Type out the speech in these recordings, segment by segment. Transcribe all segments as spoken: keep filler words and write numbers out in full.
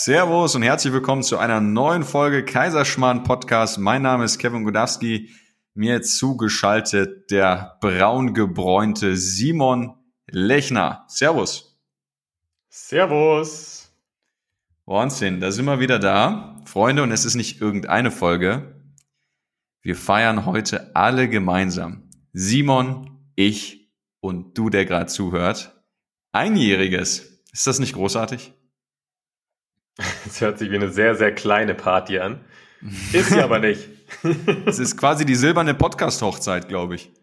Servus und herzlich willkommen zu einer neuen Folge Kaiserschmarrn Podcast. Mein Name ist Kevin Godowski, mir zugeschaltet der braun gebräunte Simon Lechner. Servus. Servus. Wahnsinn, da sind wir wieder da. Freunde, und es ist nicht irgendeine Folge. Wir feiern heute alle gemeinsam. Simon, ich und du, der gerade zuhört. Einjähriges. Ist das nicht großartig? Das hört sich wie eine sehr, sehr kleine Party an. Ist sie aber nicht. Es ist quasi die silberne Podcast-Hochzeit, glaube ich.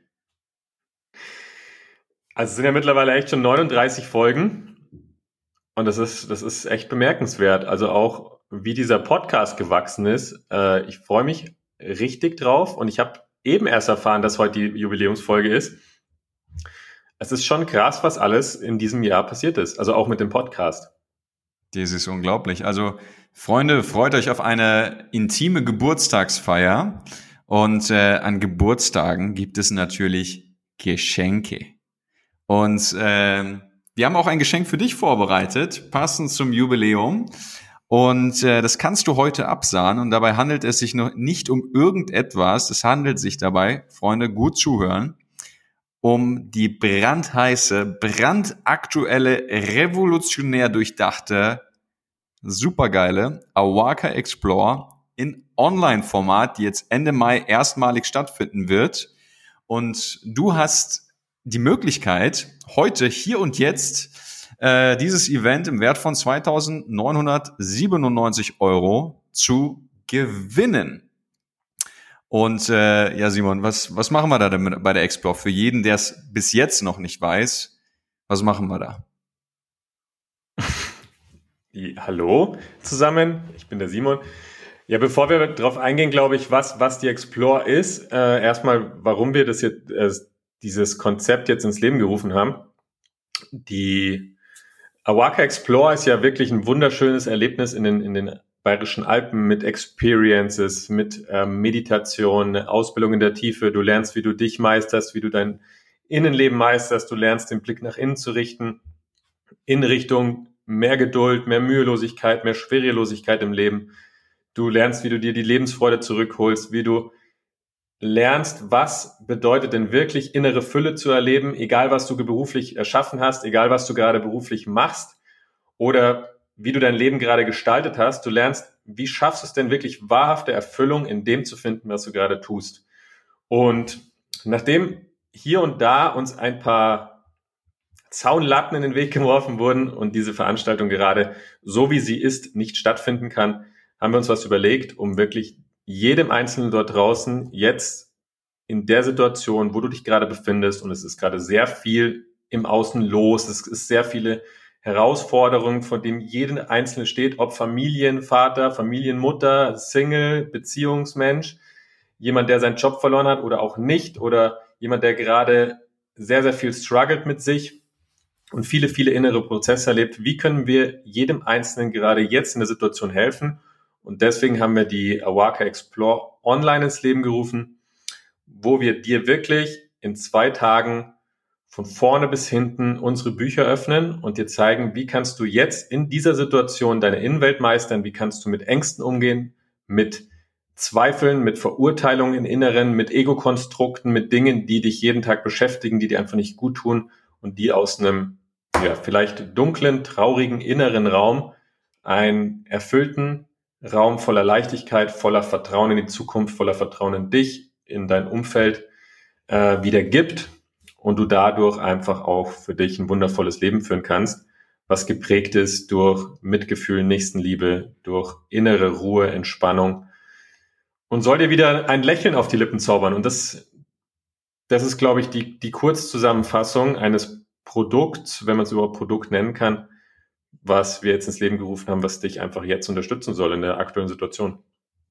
Also es sind ja mittlerweile echt schon neununddreißig Folgen. Und das ist, das ist echt bemerkenswert. Also auch, wie dieser Podcast gewachsen ist. Äh, ich freue mich richtig drauf. Und ich habe eben erst erfahren, dass heute die Jubiläumsfolge ist. Es ist schon krass, was alles in diesem Jahr passiert ist. Also auch mit dem Podcast. Das ist unglaublich. Also, Freunde, freut euch auf eine intime Geburtstagsfeier. Und äh, an Geburtstagen gibt es natürlich Geschenke. Und äh, wir haben auch ein Geschenk für dich vorbereitet, passend zum Jubiläum. Und äh, das kannst du heute absahen. Und dabei handelt es sich noch nicht um irgendetwas. Es handelt sich dabei, Freunde, gut zuhören, um die brandheiße, brandaktuelle, revolutionär durchdachte, supergeile Awaka Explore in Online-Format, die jetzt Ende Mai erstmalig stattfinden wird. Und du hast die Möglichkeit, heute, hier und jetzt, äh, dieses Event im Wert von zweitausendneunhundertsiebenundneunzig Euro zu gewinnen. Und äh, ja, Simon, was was machen wir da damit bei der Explore? Für jeden, der es bis jetzt noch nicht weiß, was machen wir da? Hallo zusammen, ich bin der Simon. Ja, bevor wir darauf eingehen, glaube ich, was was die Explore ist, äh, erstmal, warum wir das jetzt äh, dieses Konzept jetzt ins Leben gerufen haben. Die Awaka Explore ist ja wirklich ein wunderschönes Erlebnis in den in den Bayerischen Alpen mit Experiences, mit ähm, Meditation, Ausbildung in der Tiefe. Du lernst, wie du dich meisterst, wie du dein Innenleben meisterst. Du lernst, den Blick nach innen zu richten, in Richtung mehr Geduld, mehr Mühelosigkeit, mehr Schwerelosigkeit im Leben. Du lernst, wie du dir die Lebensfreude zurückholst, wie du lernst, was bedeutet denn wirklich innere Fülle zu erleben, egal was du beruflich erschaffen hast, egal was du gerade beruflich machst oder wie du dein Leben gerade gestaltet hast. Du lernst, wie schaffst du es denn wirklich wahrhafte Erfüllung in dem zu finden, was du gerade tust. Und nachdem hier und da uns ein paar Zaunlatten in den Weg geworfen wurden und diese Veranstaltung gerade so wie sie ist nicht stattfinden kann, haben wir uns was überlegt, um wirklich jedem Einzelnen dort draußen jetzt in der Situation, wo du dich gerade befindest, und es ist gerade sehr viel im Außen los, es ist sehr viele Herausforderungen, vor denen jeder Einzelne steht, ob Familienvater, Familienmutter, Single, Beziehungsmensch, jemand, der seinen Job verloren hat oder auch nicht, oder jemand, der gerade sehr, sehr viel struggelt mit sich und viele, viele innere Prozesse erlebt. Wie können wir jedem Einzelnen gerade jetzt in der Situation helfen? Und deswegen haben wir die Awaka Explore online ins Leben gerufen, wo wir dir wirklich in zwei Tagen von vorne bis hinten unsere Bücher öffnen und dir zeigen, wie kannst du jetzt in dieser Situation deine Innenwelt meistern, wie kannst du mit Ängsten umgehen, mit Zweifeln, mit Verurteilungen im Inneren, mit Ego-Konstrukten, mit Dingen, die dich jeden Tag beschäftigen, die dir einfach nicht gut tun und die aus einem ja vielleicht dunklen, traurigen inneren Raum einen erfüllten Raum voller Leichtigkeit, voller Vertrauen in die Zukunft, voller Vertrauen in dich, in dein Umfeld äh, wieder gibt und du dadurch einfach auch für dich ein wundervolles Leben führen kannst, was geprägt ist durch Mitgefühl, Nächstenliebe, durch innere Ruhe, Entspannung und soll dir wieder ein Lächeln auf die Lippen zaubern. Und das, das ist, glaube ich, die, die Kurzzusammenfassung eines Produkts, wenn man es überhaupt Produkt nennen kann, was wir jetzt ins Leben gerufen haben, was dich einfach jetzt unterstützen soll in der aktuellen Situation.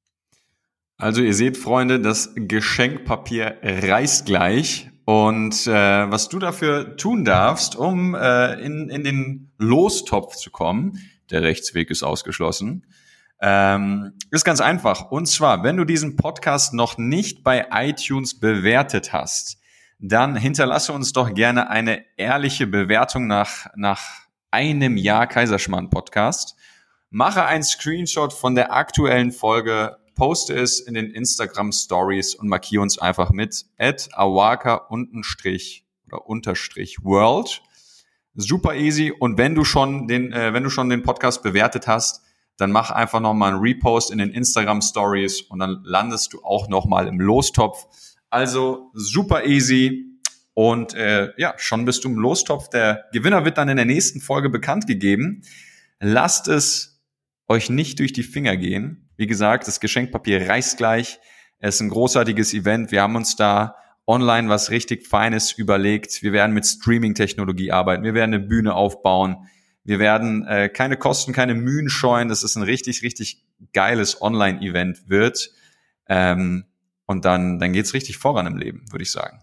Also ihr seht, Freunde, das Geschenkpapier reißt gleich. Und äh, was du dafür tun darfst, um äh, in, in den Lostopf zu kommen, der Rechtsweg ist ausgeschlossen, ähm, ist ganz einfach. Und zwar, wenn du diesen Podcast noch nicht bei iTunes bewertet hast, dann hinterlasse uns doch gerne eine ehrliche Bewertung nach, nach einem Jahr Kaiserschmarrn Podcast. mache einen Screenshot von der aktuellen Folge, poste es in den Instagram Stories und markiere uns einfach mit at awaka unterstrich oder unterstrich world. Super easy. Und wenn du schon den, äh, wenn du schon den Podcast bewertet hast, dann mach einfach nochmal einen Repost in den Instagram Stories und dann landest du auch nochmal im Lostopf. Also super easy. Und äh, ja, schon bist du im Lostopf. Der Gewinner wird dann in der nächsten Folge bekannt gegeben. Lasst es euch nicht durch die Finger gehen. Wie gesagt, das Geschenkpapier reißt gleich. Es ist ein großartiges Event. Wir haben uns da online was richtig Feines überlegt. Wir werden mit Streaming-Technologie arbeiten. Wir werden eine Bühne aufbauen. Wir werden äh, keine Kosten, keine Mühen scheuen. Das ist ein richtig, richtig geiles Online-Event wird. Ähm, und dann, dann geht's richtig voran im Leben, würde ich sagen.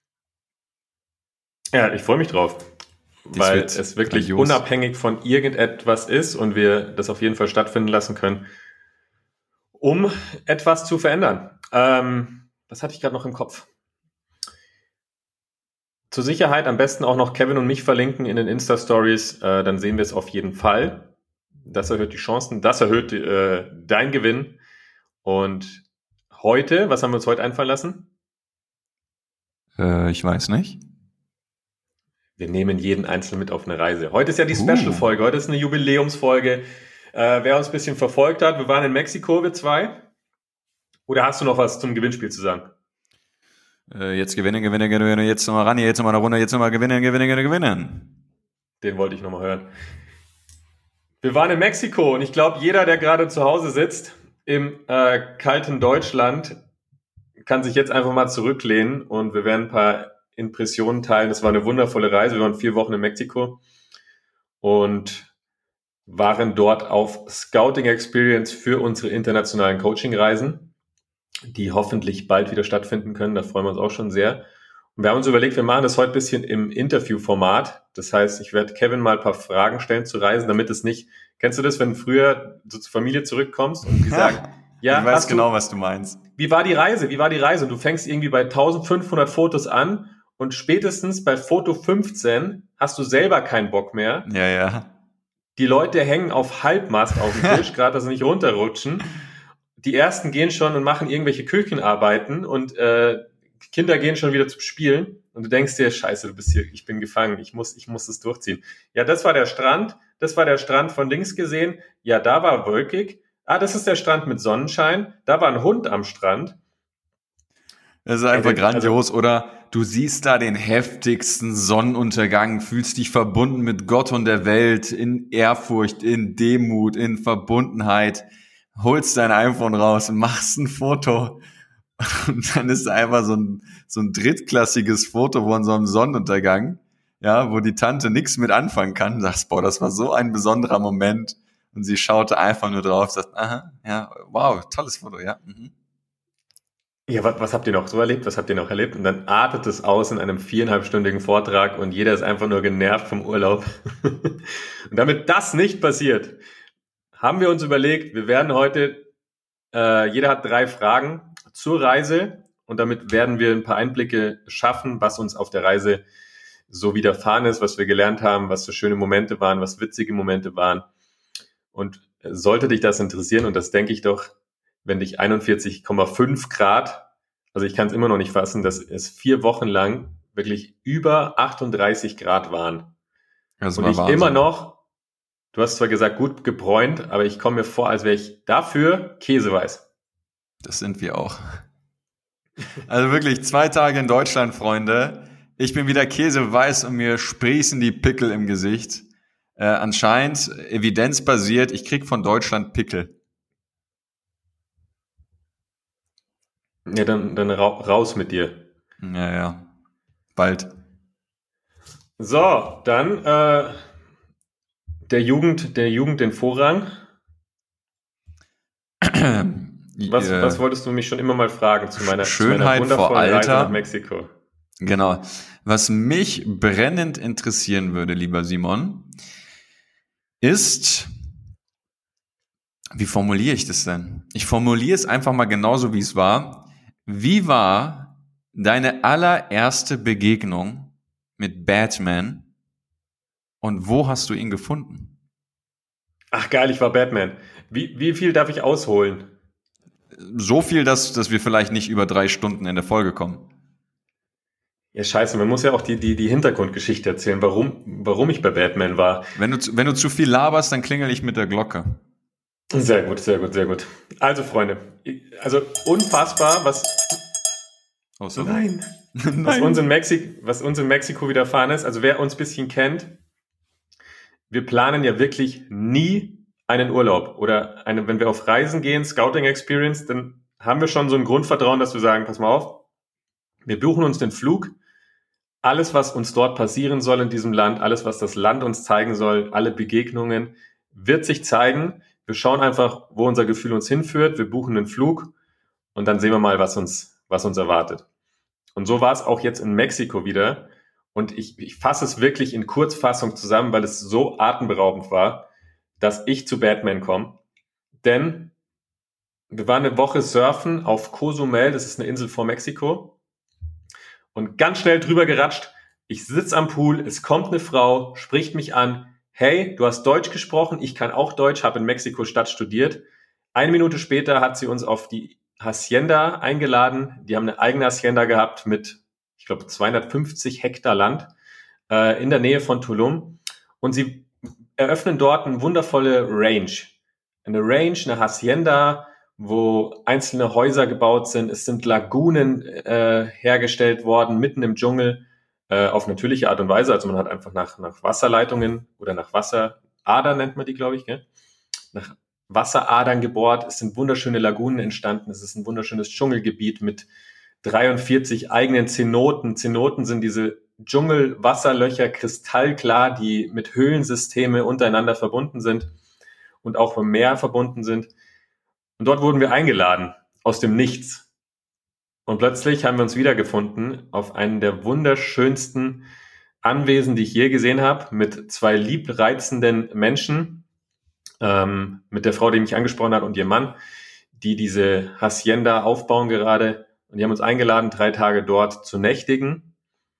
Ja, ich freue mich drauf, Dies weil wird es wirklich grandios. unabhängig von irgendetwas ist und wir das auf jeden Fall stattfinden lassen können, um etwas zu verändern. Ähm, was hatte ich gerade noch im Kopf? Zur Sicherheit am besten auch noch Kevin und mich verlinken in den Insta-Stories, äh, dann sehen wir es auf jeden Fall. Das erhöht die Chancen, das erhöht äh, dein Gewinn. Und heute, was haben wir uns heute einfallen lassen? Äh, ich weiß nicht. Wir nehmen jeden Einzelnen mit auf eine Reise. Heute ist ja die Uh. Special-Folge, heute ist eine Jubiläumsfolge. Äh, wer uns ein bisschen verfolgt hat, wir waren in Mexiko, wir zwei. Oder hast du noch was zum Gewinnspiel zu sagen? Äh, jetzt gewinnen, gewinnen, gewinnen, jetzt nochmal ran, jetzt nochmal eine Runde, jetzt nochmal gewinnen, gewinnen, gewinnen, gewinnen. Den wollte ich nochmal hören. Wir waren in Mexiko und ich glaube, jeder, der gerade zu Hause sitzt, im äh, kalten Deutschland, kann sich jetzt einfach mal zurücklehnen und wir werden ein paar Impressionen teilen. Das war eine wundervolle Reise. Wir waren vier Wochen in Mexiko und waren dort auf Scouting Experience für unsere internationalen Coaching-Reisen, die hoffentlich bald wieder stattfinden können. Da freuen wir uns auch schon sehr. Und wir haben uns überlegt, wir machen das heute ein bisschen im Interviewformat. Das heißt, ich werde Kevin mal ein paar Fragen stellen zu Reisen, damit es nicht, kennst du das, wenn früher du zur Familie zurückkommst und die sagen, ja, ich weiß hast genau, du, was du meinst. wie war die Reise? Wie war die Reise? Und du fängst irgendwie bei eintausendfünfhundert Fotos an und spätestens bei Foto fünfzehn hast du selber keinen Bock mehr. Ja, ja. Die Leute hängen auf Halbmast auf dem Tisch, gerade dass sie nicht runterrutschen. Die ersten gehen schon und machen irgendwelche Küchenarbeiten und äh, Kinder gehen schon wieder zum Spielen. Und du denkst dir, scheiße, du bist hier, ich bin gefangen, ich muss, ich muss das durchziehen. Ja, das war der Strand, das war der Strand von links gesehen. Ja, da war wolkig. Ah, das ist der Strand mit Sonnenschein. Da war ein Hund am Strand. Das ist einfach Ey, also- grandios. Oder du siehst da den heftigsten Sonnenuntergang, fühlst dich verbunden mit Gott und der Welt, in Ehrfurcht, in Demut, in Verbundenheit, holst dein iPhone raus und machst ein Foto. Und dann ist da einfach so ein, so ein drittklassiges Foto von so einem Sonnenuntergang, ja, wo die Tante nichts mit anfangen kann. Du sagst, boah, das war so ein besonderer Moment. Und sie schaute einfach nur drauf, sagt, aha, ja, wow, tolles Foto, ja. Mhm. Ja, was, was habt ihr noch so erlebt? Was habt ihr noch erlebt? Und dann artet es aus in einem viereinhalbstündigen Vortrag und jeder ist einfach nur genervt vom Urlaub. Und damit das nicht passiert, haben wir uns überlegt, wir werden heute, äh, jeder hat drei Fragen zur Reise und damit werden wir ein paar Einblicke schaffen, was uns auf der Reise so widerfahren ist, was wir gelernt haben, was für schöne Momente waren, was witzige Momente waren. Und sollte dich das interessieren, und das denke ich doch, wenn dich einundvierzig Komma fünf Grad, also ich kann es immer noch nicht fassen, dass es vier Wochen lang wirklich über achtunddreißig Grad waren. Das und war ich Wahnsinn. immer noch, du hast zwar gesagt, gut gebräunt, aber ich komme mir vor, als wäre ich dafür käseweiß. Das sind wir auch. Also wirklich zwei Tage in Deutschland, Freunde. Ich bin wieder käseweiß und mir sprießen die Pickel im Gesicht. Äh, anscheinend evidenzbasiert, ich krieg von Deutschland Pickel. Ja, dann, dann ra- raus mit dir. Ja, ja. Bald. So, dann äh, der Jugend, der Jugend den Vorrang. Was, Äh, was wolltest du mich schon immer mal fragen zu meiner, zu meiner Schönheit vor wundervollen Reise Alter. nach Mexiko? Genau. Was mich brennend interessieren würde, lieber Simon, ist, wie formuliere ich das denn? Ich formuliere es einfach mal genauso, wie es war. Wie war deine allererste Begegnung mit Batman und wo hast du ihn gefunden? Ach geil, ich war Batman. Wie, wie viel darf ich ausholen? So viel, dass, dass wir vielleicht nicht über drei Stunden in der Folge kommen. Ja, scheiße, man muss ja auch die, die, die Hintergrundgeschichte erzählen, warum, warum ich bei Batman war. Wenn du, zu- wenn du zu viel laberst, dann klingel ich mit der Glocke. Sehr gut, sehr gut, sehr gut. Also, Freunde, also unfassbar, was, Oh, sorry. nein, was Nein. uns in Mexiko, was uns in Mexiko widerfahren ist. Also, wer uns ein bisschen kennt, wir planen ja wirklich nie einen Urlaub oder eine, wenn wir auf Reisen gehen, Scouting Experience, dann haben wir schon so ein Grundvertrauen, dass wir sagen, pass mal auf, wir buchen uns den Flug, alles, was uns dort passieren soll in diesem Land, alles, was das Land uns zeigen soll, alle Begegnungen, wird sich zeigen. Wir schauen einfach, wo unser Gefühl uns hinführt. Wir buchen einen Flug und dann sehen wir mal, was uns, was uns erwartet. Und so war es auch jetzt in Mexiko wieder. Und ich, ich fasse es wirklich in Kurzfassung zusammen, weil es so atemberaubend war, dass ich zu Batman komme. Denn wir waren eine Woche surfen auf Cozumel, das ist eine Insel vor Mexiko. Und ganz schnell drüber geratscht. Ich sitze am Pool, es kommt eine Frau, spricht mich an. Hey, du hast Deutsch gesprochen, ich kann auch Deutsch, habe in Mexiko-Stadt studiert. Eine Minute später hat sie uns auf die Hacienda eingeladen. Die haben eine eigene Hacienda gehabt mit, ich glaube, zweihundertfünfzig Hektar Land äh, in der Nähe von Tulum. Und sie eröffnen dort eine wundervolle Range. Eine Range, eine Hacienda, wo einzelne Häuser gebaut sind. Es sind Lagunen äh, hergestellt worden, mitten im Dschungel, äh, auf natürliche Art und Weise. Also man hat einfach nach, nach Wasserleitungen oder nach Wasseradern, nennt man die, glaube ich, gell? Nach Wasseradern gebohrt. Es sind wunderschöne Lagunen entstanden. Es ist ein wunderschönes Dschungelgebiet mit dreiundvierzig eigenen Zenoten. Zenoten sind diese Dschungelwasserlöcher, kristallklar, die mit Höhlensysteme untereinander verbunden sind und auch vom Meer verbunden sind. Und dort wurden wir eingeladen, aus dem Nichts. Und plötzlich haben wir uns wiedergefunden auf einem der wunderschönsten Anwesen, die ich je gesehen habe, mit zwei liebreizenden Menschen, ähm, mit der Frau, die mich angesprochen hat, und ihrem Mann, die diese Hacienda aufbauen gerade. Und die haben uns eingeladen, drei Tage dort zu nächtigen.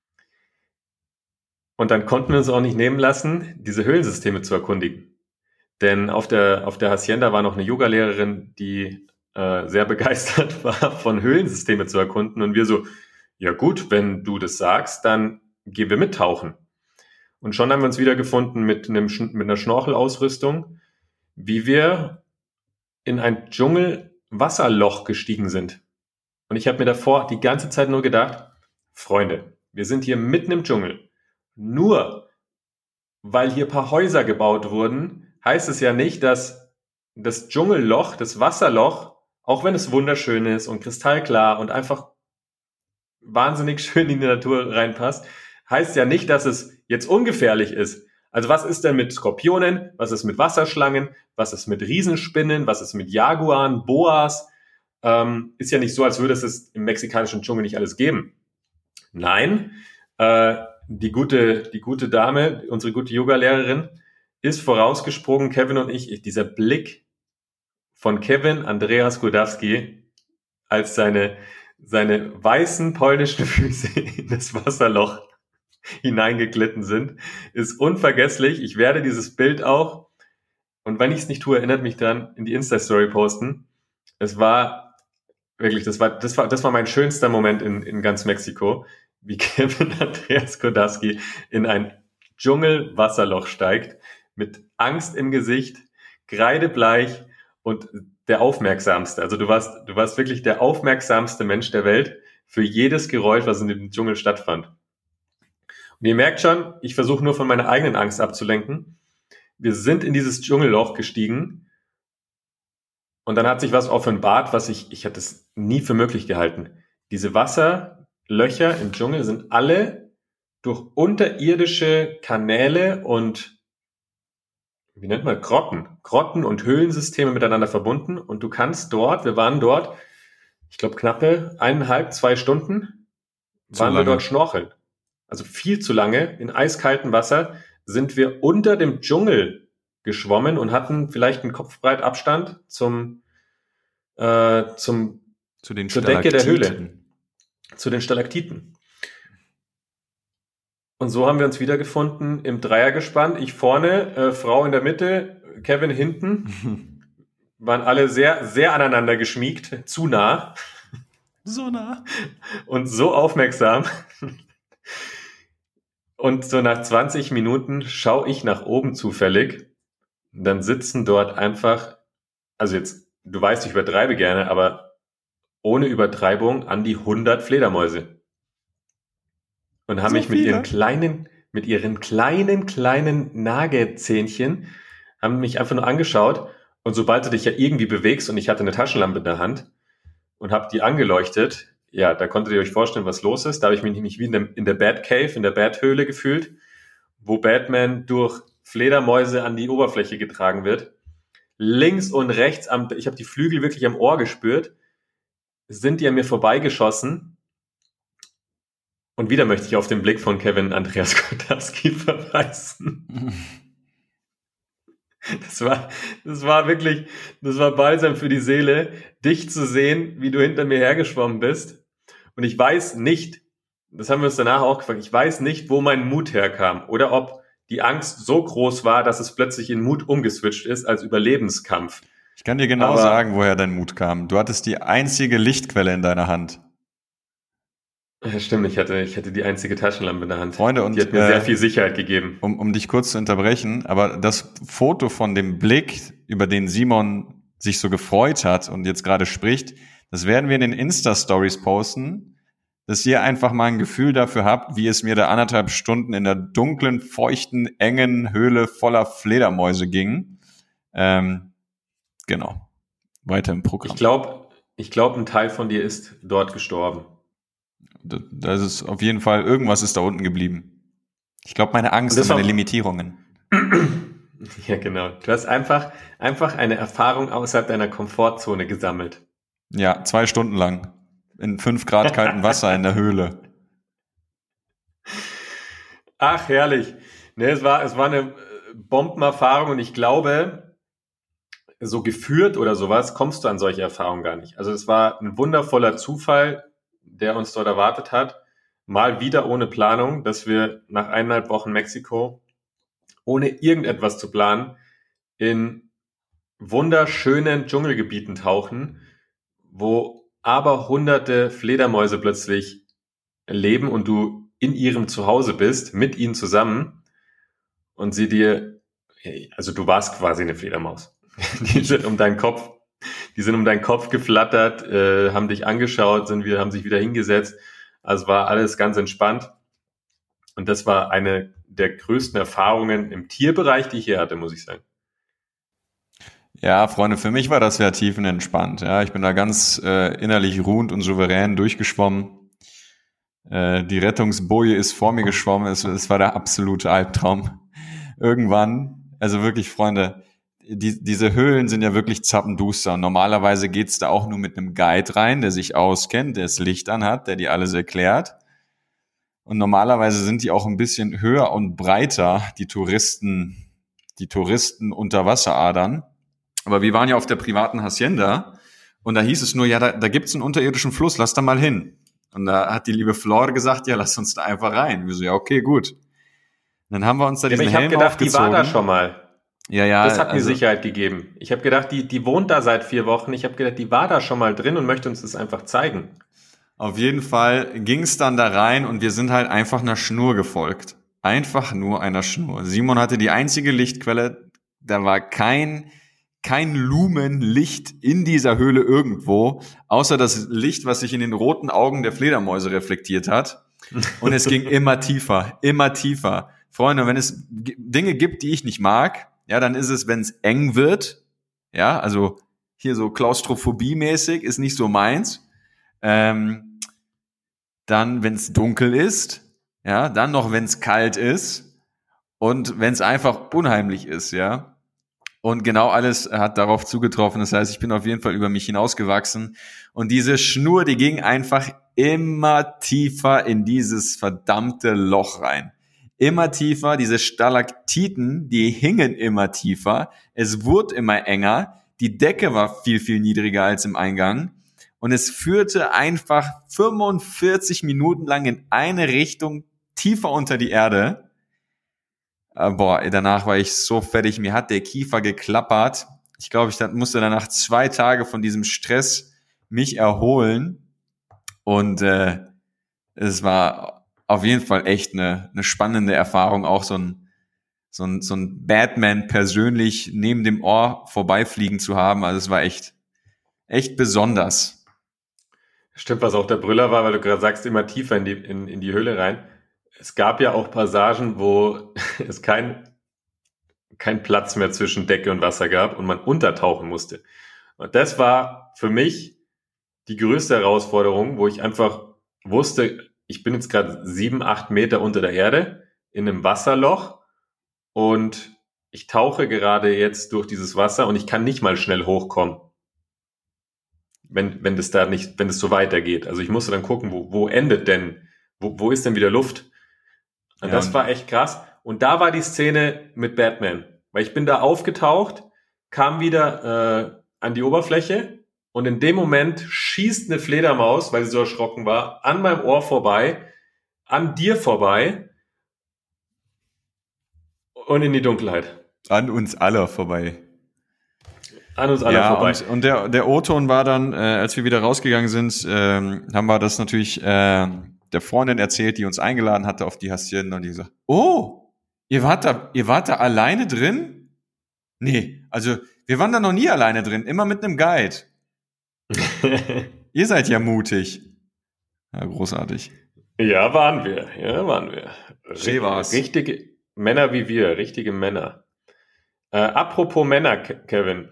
Und dann konnten wir uns auch nicht nehmen lassen, diese Höhlensysteme zu erkundigen. Denn auf der, auf der Hacienda war noch eine Yogalehrerin, die äh, sehr begeistert war, von Höhlensysteme zu erkunden. Und wir so, ja gut, wenn du das sagst, dann gehen wir mittauchen. Und schon haben wir uns wiedergefunden mit, einem, mit einer Schnorchelausrüstung, wie wir in ein Dschungelwasserloch gestiegen sind. Und ich habe mir davor die ganze Zeit nur gedacht, Freunde, wir sind hier mitten im Dschungel. Nur weil hier ein paar Häuser gebaut wurden, heißt es ja nicht, dass das Dschungelloch, das Wasserloch, auch wenn es wunderschön ist und kristallklar und einfach wahnsinnig schön in die Natur reinpasst, heißt ja nicht, dass es jetzt ungefährlich ist. Also was ist denn mit Skorpionen? Was ist mit Wasserschlangen? Was ist mit Riesenspinnen? Was ist mit Jaguaren, Boas? Ähm, ist ja nicht so, als würde es es im mexikanischen Dschungel nicht alles geben. Nein, äh, die gute, die gute Dame, unsere gute Yoga-Lehrerin, ist vorausgesprungen, Kevin und ich, dieser Blick von Kevin Andreas Godowski, als seine, seine weißen polnischen Füße in das Wasserloch hineingeglitten sind, ist unvergesslich. Ich werde dieses Bild auch, und wenn ich es nicht tue, erinnert mich dran, in die Insta-Story posten. Es war wirklich, das war, das war, das war mein schönster Moment in, in ganz Mexiko, wie Kevin Andreas Godowski in ein Dschungelwasserloch steigt, mit Angst im Gesicht, kreidebleich und der aufmerksamste. Also du warst, du warst wirklich der aufmerksamste Mensch der Welt für jedes Geräusch, was in dem Dschungel stattfand. Und ihr merkt schon, ich versuche nur von meiner eigenen Angst abzulenken. Wir sind in dieses Dschungelloch gestiegen und dann hat sich was offenbart, was ich, ich hätte es nie für möglich gehalten. Diese Wasserlöcher im Dschungel sind alle durch unterirdische Kanäle und, wie nennt man, Grotten, Grotten und Höhlensysteme miteinander verbunden. Und du kannst dort, wir waren dort, ich glaube knappe eineinhalb, zwei Stunden, waren wir dort schnorcheln. Also viel zu lange, in eiskaltem Wasser, sind wir unter dem Dschungel geschwommen und hatten vielleicht einen Kopfbreit Abstand zum, äh, zum, Zu den zur Decke der Höhle, Stalaktiten. zu den Stalaktiten. Und so haben wir uns wiedergefunden im Dreiergespann. Ich vorne, äh, Frau in der Mitte, Kevin hinten, waren alle sehr, sehr aneinander geschmiegt, zu nah. So nah. Und so aufmerksam. Und so nach zwanzig Minuten schaue ich nach oben zufällig. Dann sitzen dort einfach, also jetzt, du weißt, ich übertreibe gerne, aber ohne Übertreibung an die hundert Fledermäuse. Und haben So mich mit viele? ihren kleinen, mit ihren kleinen, kleinen Nagezähnchen, haben mich einfach nur angeschaut. Und sobald du dich ja irgendwie bewegst und ich hatte eine Taschenlampe in der Hand und habe die angeleuchtet, ja, da konntet ihr euch vorstellen, was los ist. Da habe ich mich nämlich wie in der, in der Batcave, in der Bathöhle gefühlt, wo Batman durch Fledermäuse an die Oberfläche getragen wird. Links und rechts, am, ich habe die Flügel wirklich am Ohr gespürt, sind die an mir vorbeigeschossen. Und wieder möchte ich auf den Blick von Kevin Andreas Kotarski verweisen. Das war, das war wirklich, das war Balsam für die Seele, dich zu sehen, wie du hinter mir hergeschwommen bist. Und ich weiß nicht, das haben wir uns danach auch gefragt, ich weiß nicht, wo mein Mut herkam oder ob die Angst so groß war, dass es plötzlich in Mut umgeswitcht ist als Überlebenskampf. Ich kann dir genau Aber- sagen, woher dein Mut kam. Du hattest die einzige Lichtquelle in deiner Hand. Ja, stimmt, ich hatte, ich hatte die einzige Taschenlampe in der Hand. Freunde, und die hat mir äh, sehr viel Sicherheit gegeben. Um, um dich kurz zu unterbrechen, aber das Foto von dem Blick, über den Simon sich so gefreut hat und jetzt gerade spricht, das werden wir in den Insta-Stories posten, dass ihr einfach mal ein Gefühl dafür habt, wie es mir da anderthalb Stunden in der dunklen, feuchten, engen Höhle voller Fledermäuse ging. Ähm, genau. Weiter im Programm. Ich glaube, ich glaube, ein Teil von dir ist dort gestorben. Da, da ist es auf jeden Fall, irgendwas ist da unten geblieben. Ich glaube, meine Angst Und und das meine war- Limitierungen. Ja, genau. Du hast einfach, einfach eine Erfahrung außerhalb deiner Komfortzone gesammelt. Ja, zwei Stunden lang. In fünf Grad kaltem Wasser in der Höhle. Ach, herrlich. Ne, es war, es war eine äh, Bombenerfahrung und ich glaube, so geführt oder sowas kommst du an solche Erfahrungen gar nicht. Also es war ein wundervoller Zufall, der uns dort erwartet hat. Mal wieder ohne Planung, dass wir nach eineinhalb Wochen Mexiko, ohne irgendetwas zu planen, in wunderschönen Dschungelgebieten tauchen, wo aber hunderte Fledermäuse plötzlich leben und du in ihrem Zuhause bist, mit ihnen zusammen und sie dir, also du warst quasi eine Fledermaus. Die sind um deinen Kopf, die sind um deinen Kopf geflattert, äh, haben dich angeschaut, sind wieder, haben sich wieder hingesetzt. Also war alles ganz entspannt. Und das war eine der größten Erfahrungen im Tierbereich, die ich hier hatte, muss ich sagen. Ja, Freunde, für mich war das ja tiefenentspannt. Ja, ich bin da ganz äh, innerlich ruhend und souverän durchgeschwommen. Äh, die Rettungsboje ist vor mir geschwommen. Es, es war der absolute Albtraum. Irgendwann, also wirklich, Freunde, die, diese Höhlen sind ja wirklich zappenduster. Und normalerweise geht's da auch nur mit einem Guide rein, der sich auskennt, der das Licht anhat, der die alles erklärt. Und normalerweise sind die auch ein bisschen höher und breiter, die Touristen, die Touristen Unterwasseradern. Aber wir waren ja auf der privaten Hacienda und da hieß es nur, ja, da, da gibt's einen unterirdischen Fluss, lass da mal hin. Und da hat die liebe Flor gesagt, ja, lass uns da einfach rein. Wir so, ja, okay, gut. Und dann haben wir uns da Ja, aber diesen ich habe Helm gedacht, die aufgezogen. war da schon mal. Ja, ja. Das hat mir also, Sicherheit gegeben. Ich habe gedacht, die, die wohnt da seit vier Wochen. Ich habe gedacht, die war da schon mal drin und möchte uns das einfach zeigen. Auf jeden Fall ging's dann da rein und wir sind halt einfach einer Schnur gefolgt. Einfach nur einer Schnur. Simon hatte die einzige Lichtquelle. Da war kein, kein Lumenlicht in dieser Höhle irgendwo, außer das Licht, was sich in den roten Augen der Fledermäuse reflektiert hat. Und es ging immer tiefer, immer tiefer. Freunde, wenn es g- Dinge gibt, die ich nicht mag, ja, dann ist es, wenn es eng wird. Ja, also hier so Klaustrophobie-mäßig ist nicht so meins. Ähm, dann, wenn es dunkel ist, ja, dann noch, wenn es kalt ist und wenn es einfach unheimlich ist, ja. Und genau alles hat darauf zugetroffen. Das heißt, ich bin auf jeden Fall über mich hinausgewachsen. Und diese Schnur, die ging einfach immer tiefer in dieses verdammte Loch rein. Immer tiefer, diese Stalaktiten, die hingen immer tiefer. Es wurde immer enger. Die Decke war viel, viel niedriger als im Eingang. Und es führte einfach fünfundvierzig Minuten lang in eine Richtung tiefer unter die Erde. Äh, boah, danach war ich so fertig, mir hat der Kiefer geklappert. Ich glaube, ich musste danach zwei Tage von diesem Stress mich erholen. Und äh, es war auf jeden Fall echt eine, eine spannende Erfahrung, auch so ein, so ein, so ein Batman persönlich neben dem Ohr vorbeifliegen zu haben. Also es war echt, echt besonders. Stimmt, was auch der Brüller war, weil du gerade sagst, immer tiefer in die, in, in die Höhle rein. Es gab ja auch Passagen, wo es kein, kein Platz mehr zwischen Decke und Wasser gab und man untertauchen musste. Und das war für mich die größte Herausforderung, wo ich einfach wusste, ich bin jetzt gerade sieben, acht Meter unter der Erde in einem Wasserloch und ich tauche gerade jetzt durch dieses Wasser und ich kann nicht mal schnell hochkommen, wenn, wenn das da nicht, wenn es so weitergeht. Also ich musste dann gucken, wo, wo endet denn, wo, wo ist denn wieder Luft? Und ja, das war echt krass. Und da war die Szene mit Batman, weil ich bin da aufgetaucht, kam wieder äh, an die Oberfläche und in dem Moment schießt eine Fledermaus, weil sie so erschrocken war, an meinem Ohr vorbei, an dir vorbei und in die Dunkelheit. An uns alle vorbei. An uns alle ja, vorbei. Und, und der, der O-Ton war dann, äh, als wir wieder rausgegangen sind, ähm, haben wir das natürlich äh, der Freundin erzählt, die uns eingeladen hatte auf die Hacienda und die gesagt, oh, ihr wart da, ihr wart da alleine drin? Nee, also wir waren da noch nie alleine drin, immer mit einem Guide. Ihr seid ja mutig. Ja, großartig. Ja, waren wir. Ja, waren wir. Schön war's. Richtige Männer wie wir, richtige Männer. Äh, apropos Männer, Ke- Kevin.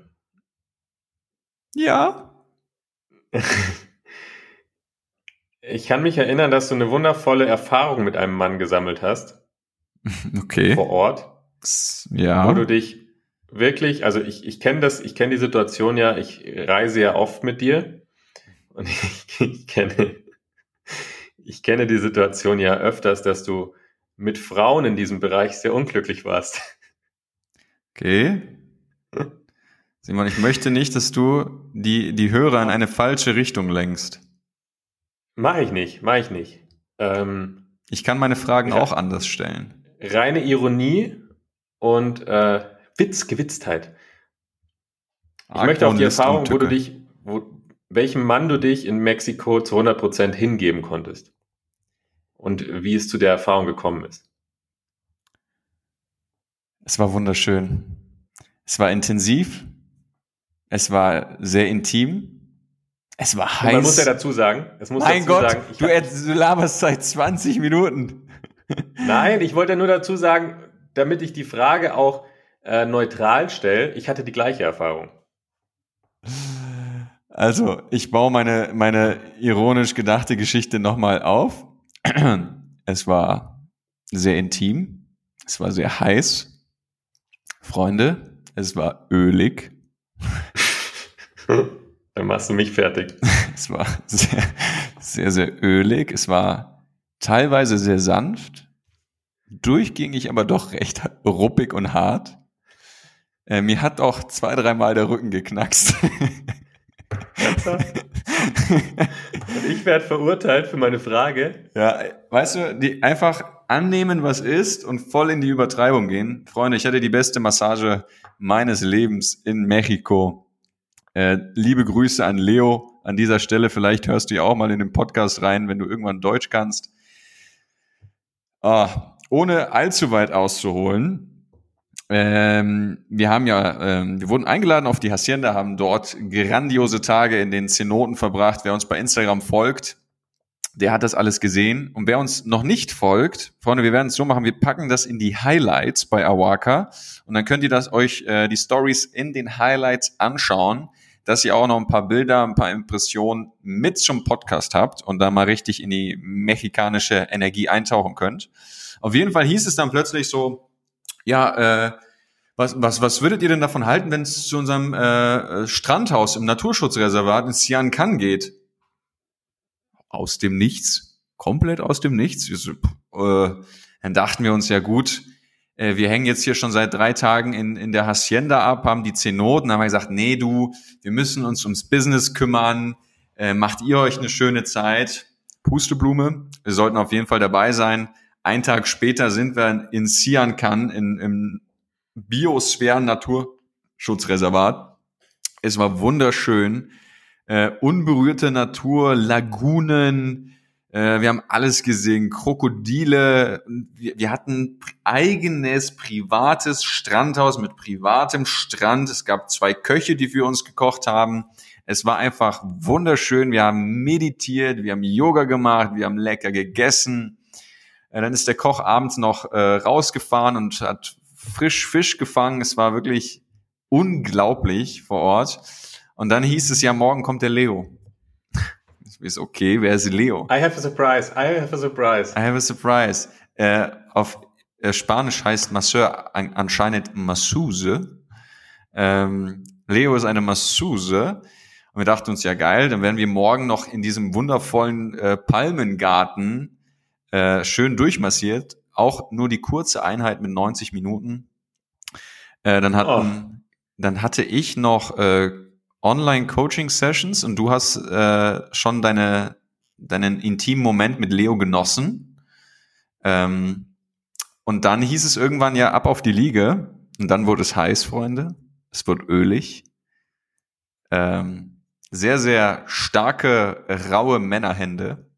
Ja. Ich kann mich erinnern, dass du eine wundervolle Erfahrung mit einem Mann gesammelt hast. Okay. Vor Ort. Ja. Wo du dich wirklich, also ich, ich kenne das, ich kenne die Situation ja, ich reise ja oft mit dir und ich, ich kenne, ich kenne die Situation ja öfters, dass du mit Frauen in diesem Bereich sehr unglücklich warst. Okay. Simon, ich möchte nicht, dass du die, die Hörer in eine falsche Richtung lenkst. Mach ich nicht, mach ich nicht. Ähm, ich kann meine Fragen ja, auch anders stellen. Reine Ironie und äh, Witz, Gewitztheit. Ich Argwohn, möchte auf die List Erfahrung, und wo du Tücke. dich, wo, welchem Mann du dich in Mexiko zu hundert Prozent hingeben konntest. Und wie es zu der Erfahrung gekommen ist. Es war wunderschön. Es war intensiv. Es war sehr intim. Es war heiß. Und man muss ja dazu sagen, es muss mein dazu Gott, sagen, ich du, hab, du laberst seit zwanzig Minuten. Nein, ich wollte nur dazu sagen, damit ich die Frage auch äh, neutral stelle, ich hatte die gleiche Erfahrung. Also, ich baue meine, meine ironisch gedachte Geschichte nochmal auf. Es war sehr intim. Es war sehr heiß. Freunde, es war ölig. Dann machst du mich fertig. Es war sehr, sehr, sehr ölig. Es war teilweise sehr sanft, durchgängig aber doch recht ruppig und hart. Äh, mir hat auch zwei, dreimal der Rücken geknackst. Und ich werde verurteilt für meine Frage. Ja, weißt du, die einfach annehmen, was ist und voll in die Übertreibung gehen. Freunde, ich hatte die beste Massage meines Lebens in Mexiko. Äh, liebe Grüße an Leo an dieser Stelle. Vielleicht hörst du ja auch mal in den Podcast rein, wenn du irgendwann Deutsch kannst. Ah, ohne allzu weit auszuholen. Ähm, wir haben ja, ähm, wir wurden eingeladen auf die Hacienda, haben dort grandiose Tage in den Cenoten verbracht. Wer uns bei Instagram folgt, der hat das alles gesehen. Und wer uns noch nicht folgt, Freunde, wir werden es so machen, wir packen das in die Highlights bei Awaka und dann könnt ihr das euch, äh, die Stories in den Highlights anschauen, dass ihr auch noch ein paar Bilder, ein paar Impressionen mit zum Podcast habt und da mal richtig in die mexikanische Energie eintauchen könnt. Auf jeden Fall hieß es dann plötzlich so, ja, äh, was, was, was würdet ihr denn davon halten, wenn es zu unserem äh, Strandhaus im Naturschutzreservat in Sian Can geht? Aus dem Nichts, komplett aus dem Nichts. Wir so, äh, dann dachten wir uns ja gut, äh, wir hängen jetzt hier schon seit drei Tagen in, in der Hacienda ab, haben die Zenoten, haben wir gesagt, nee du, wir müssen uns ums Business kümmern, äh, macht ihr euch eine schöne Zeit. Pusteblume, wir sollten auf jeden Fall dabei sein. Einen Tag später sind wir in Sian Khan in, im Biosphären-Naturschutzreservat. Es war wunderschön. Äh, unberührte Natur, Lagunen, äh, wir haben alles gesehen, Krokodile. Wir, wir hatten eigenes privates Strandhaus mit privatem Strand. Es gab zwei Köche, die für uns gekocht haben. Es war einfach wunderschön. Wir haben meditiert, wir haben Yoga gemacht, wir haben lecker gegessen. Äh, dann ist der Koch abends noch äh, rausgefahren und hat frisch Fisch gefangen. Es war wirklich unglaublich vor Ort. Und dann hieß es ja, morgen kommt der Leo. Ich weiß, okay, wer ist Leo? I have a surprise, I have a surprise. I have a surprise. Äh, auf äh, Spanisch heißt Masseur an, anscheinend Masseuse. Ähm, Leo ist eine Masseuse. Und wir dachten uns, ja geil, dann werden wir morgen noch in diesem wundervollen äh, Palmengarten äh, schön durchmassiert. Auch nur die kurze Einheit mit neunzig Minuten. Äh, dann hatten, oh. dann hatte ich noch äh, Online-Coaching-Sessions und du hast äh, schon deine, deinen intimen Moment mit Leo genossen. Ähm, und dann hieß es irgendwann ja ab auf die Liege und dann wurde es heiß, Freunde. Es wurde ölig. Ähm, sehr, sehr starke, raue Männerhände.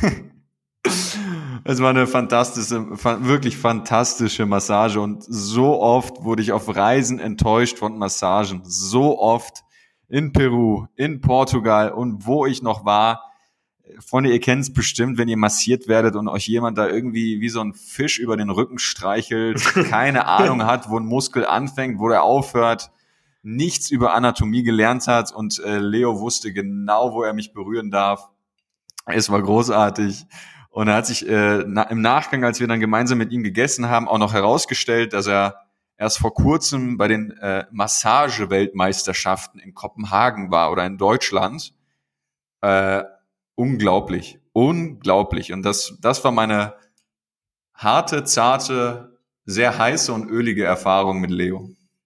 Es war eine fantastische, wirklich fantastische Massage und so oft wurde ich auf Reisen enttäuscht von Massagen. So oft. In Peru, in Portugal und wo ich noch war. Freunde, ihr kennt es bestimmt, wenn ihr massiert werdet und euch jemand da irgendwie wie so ein Fisch über den Rücken streichelt, keine Ahnung hat, wo ein Muskel anfängt, wo der aufhört, nichts über Anatomie gelernt hat und äh, Leo wusste genau, wo er mich berühren darf. Es war großartig. Und er hat sich äh, na, im Nachgang, als wir dann gemeinsam mit ihm gegessen haben, auch noch herausgestellt, dass er erst vor kurzem bei den äh, Massage-Weltmeisterschaften in Kopenhagen war oder in Deutschland. Äh, unglaublich, unglaublich. Und das, das war meine harte, zarte, sehr heiße und ölige Erfahrung mit Leo.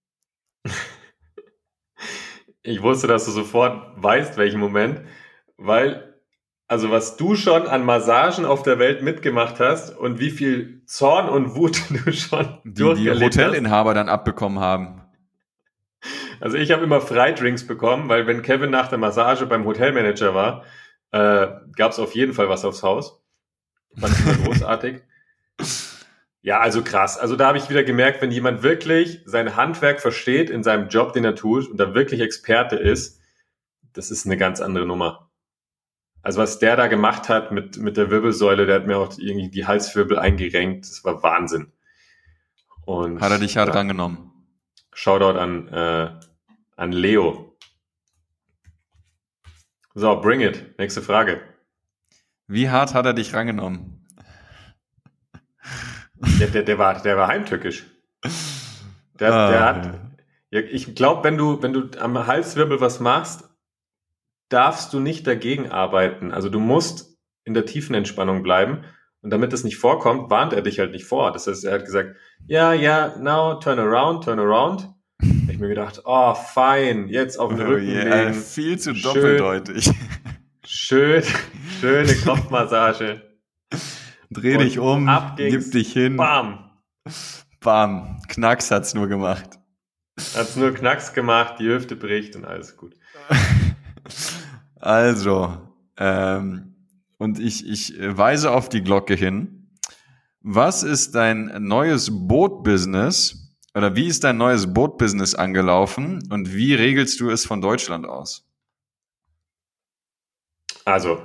Ich wusste, dass du sofort weißt, welchen Moment, weil also was du schon an Massagen auf der Welt mitgemacht hast und wie viel Zorn und Wut du schon die, durcherlebt die Hotelinhaber hast. Dann abbekommen haben. Also ich habe immer Freidrinks bekommen, weil wenn Kevin nach der Massage beim Hotelmanager war, äh, gab es auf jeden Fall was aufs Haus. Fand ich immer großartig. Ja, also krass. Also da habe ich wieder gemerkt, wenn jemand wirklich sein Handwerk versteht in seinem Job, den er tut und da wirklich Experte ist, das ist eine ganz andere Nummer. Also was der da gemacht hat mit, mit der Wirbelsäule, der hat mir auch irgendwie die Halswirbel eingerenkt. Das war Wahnsinn. Und hat er dich hart ja, rangenommen? Shoutout an, äh, an Leo. So, bring it. Nächste Frage. Wie hart hat er dich rangenommen? Der, der, der, war, der war heimtückisch. Der, ah, der hat, ja, ich glaube, wenn du, wenn du am Halswirbel was machst, darfst du nicht dagegen arbeiten. Also du musst in der tiefen Entspannung bleiben. Und damit das nicht vorkommt, warnt er dich halt nicht vor. Das heißt, er hat gesagt, ja, ja, now turn around, turn around. Da hab ich mir gedacht, oh, fein, jetzt auf den oh, Rücken yeah. legen. Viel zu doppeldeutig. Schön, schöne Kopfmassage. Dreh dich um, gib dich hin. Bam. Bam. Knacks hat's nur gemacht. Hat's nur Knacks gemacht, die Hüfte bricht und alles gut. Also, ähm, und ich, ich weise auf die Glocke hin. Was ist dein neues Boot-Business oder wie ist dein neues Boot-Business angelaufen und wie regelst du es von Deutschland aus? Also,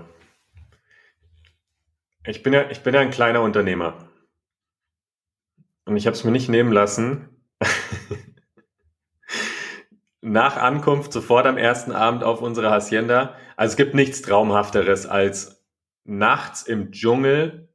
ich bin ja, ich bin ja ein kleiner Unternehmer und ich habe es mir nicht nehmen lassen, nach Ankunft sofort am ersten Abend auf unserer Hacienda. Also es gibt nichts Traumhafteres, als nachts im Dschungel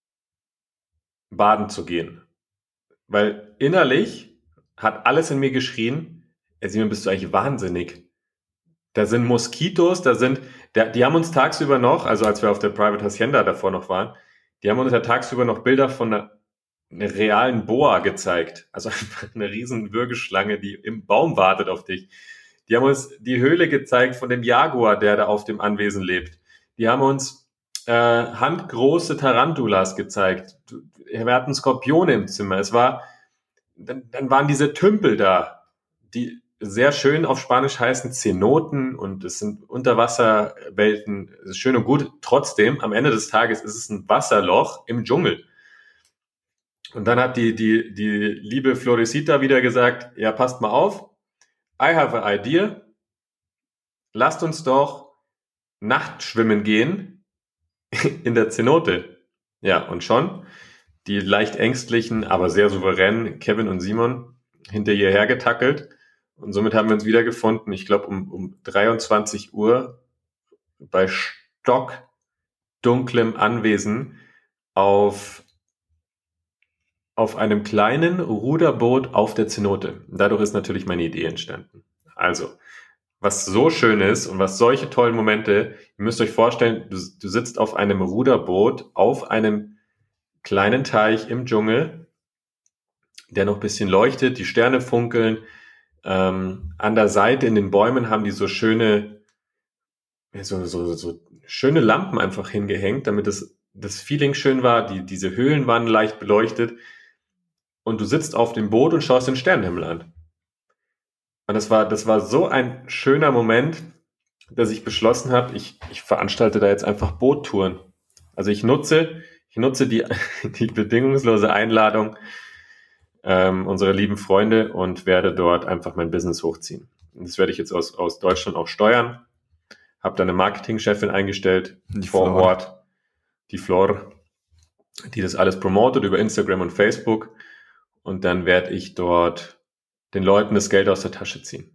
baden zu gehen. Weil innerlich hat alles in mir geschrien, ey Simon, bist du eigentlich wahnsinnig? Da sind Moskitos, da sind, der, die haben uns tagsüber noch, also als wir auf der Private Hacienda davor noch waren, die haben uns ja tagsüber noch Bilder von einer eine realen Boa gezeigt. Also einfach eine riesen Würgeschlange, die im Baum wartet auf dich. Die haben uns die Höhle gezeigt von dem Jaguar, der da auf dem Anwesen lebt. Die haben uns äh, handgroße Tarantulas gezeigt. wir hatten Skorpione im Zimmer. Es war, dann, dann waren diese Tümpel da, die sehr schön auf Spanisch heißen Cenoten und es sind Unterwasserwelten, es ist schön und gut. Trotzdem, am Ende des Tages ist es ein Wasserloch im Dschungel. Und dann hat die, die, die liebe Florecita wieder gesagt, ja, passt mal auf, I have an idea, lasst uns doch Nachtschwimmen gehen in der Cenote. Ja, und schon die leicht ängstlichen, aber sehr souveränen Kevin und Simon hinter ihr hergetackelt. Und somit haben wir uns wiedergefunden, ich glaube um, um dreiundzwanzig Uhr bei stockdunklem Anwesen auf, auf einem kleinen Ruderboot auf der Cenote. Dadurch ist natürlich meine Idee entstanden. Also, was so schön ist und was solche tollen Momente, ihr müsst euch vorstellen, du, du sitzt auf einem Ruderboot auf einem kleinen Teich im Dschungel, der noch ein bisschen leuchtet, die Sterne funkeln. Ähm, an der Seite in den Bäumen haben die so schöne, so, so, so schöne Lampen einfach hingehängt, damit das, das Feeling schön war. Die, diese Höhlen waren leicht beleuchtet. Und du sitzt auf dem Boot und schaust den Sternenhimmel an. Und das war, das war so ein schöner Moment, dass ich beschlossen habe, ich, ich veranstalte da jetzt einfach Boottouren. Also ich nutze, ich nutze die, die bedingungslose Einladung ähm, unserer lieben Freunde und werde dort einfach mein Business hochziehen. Und das werde ich jetzt aus, aus Deutschland auch steuern. Habe da eine Marketingchefin eingestellt Die vor Flor. Ort, die Flor, die das alles promotet über Instagram und Facebook. Und dann werde ich dort den Leuten das Geld aus der Tasche ziehen.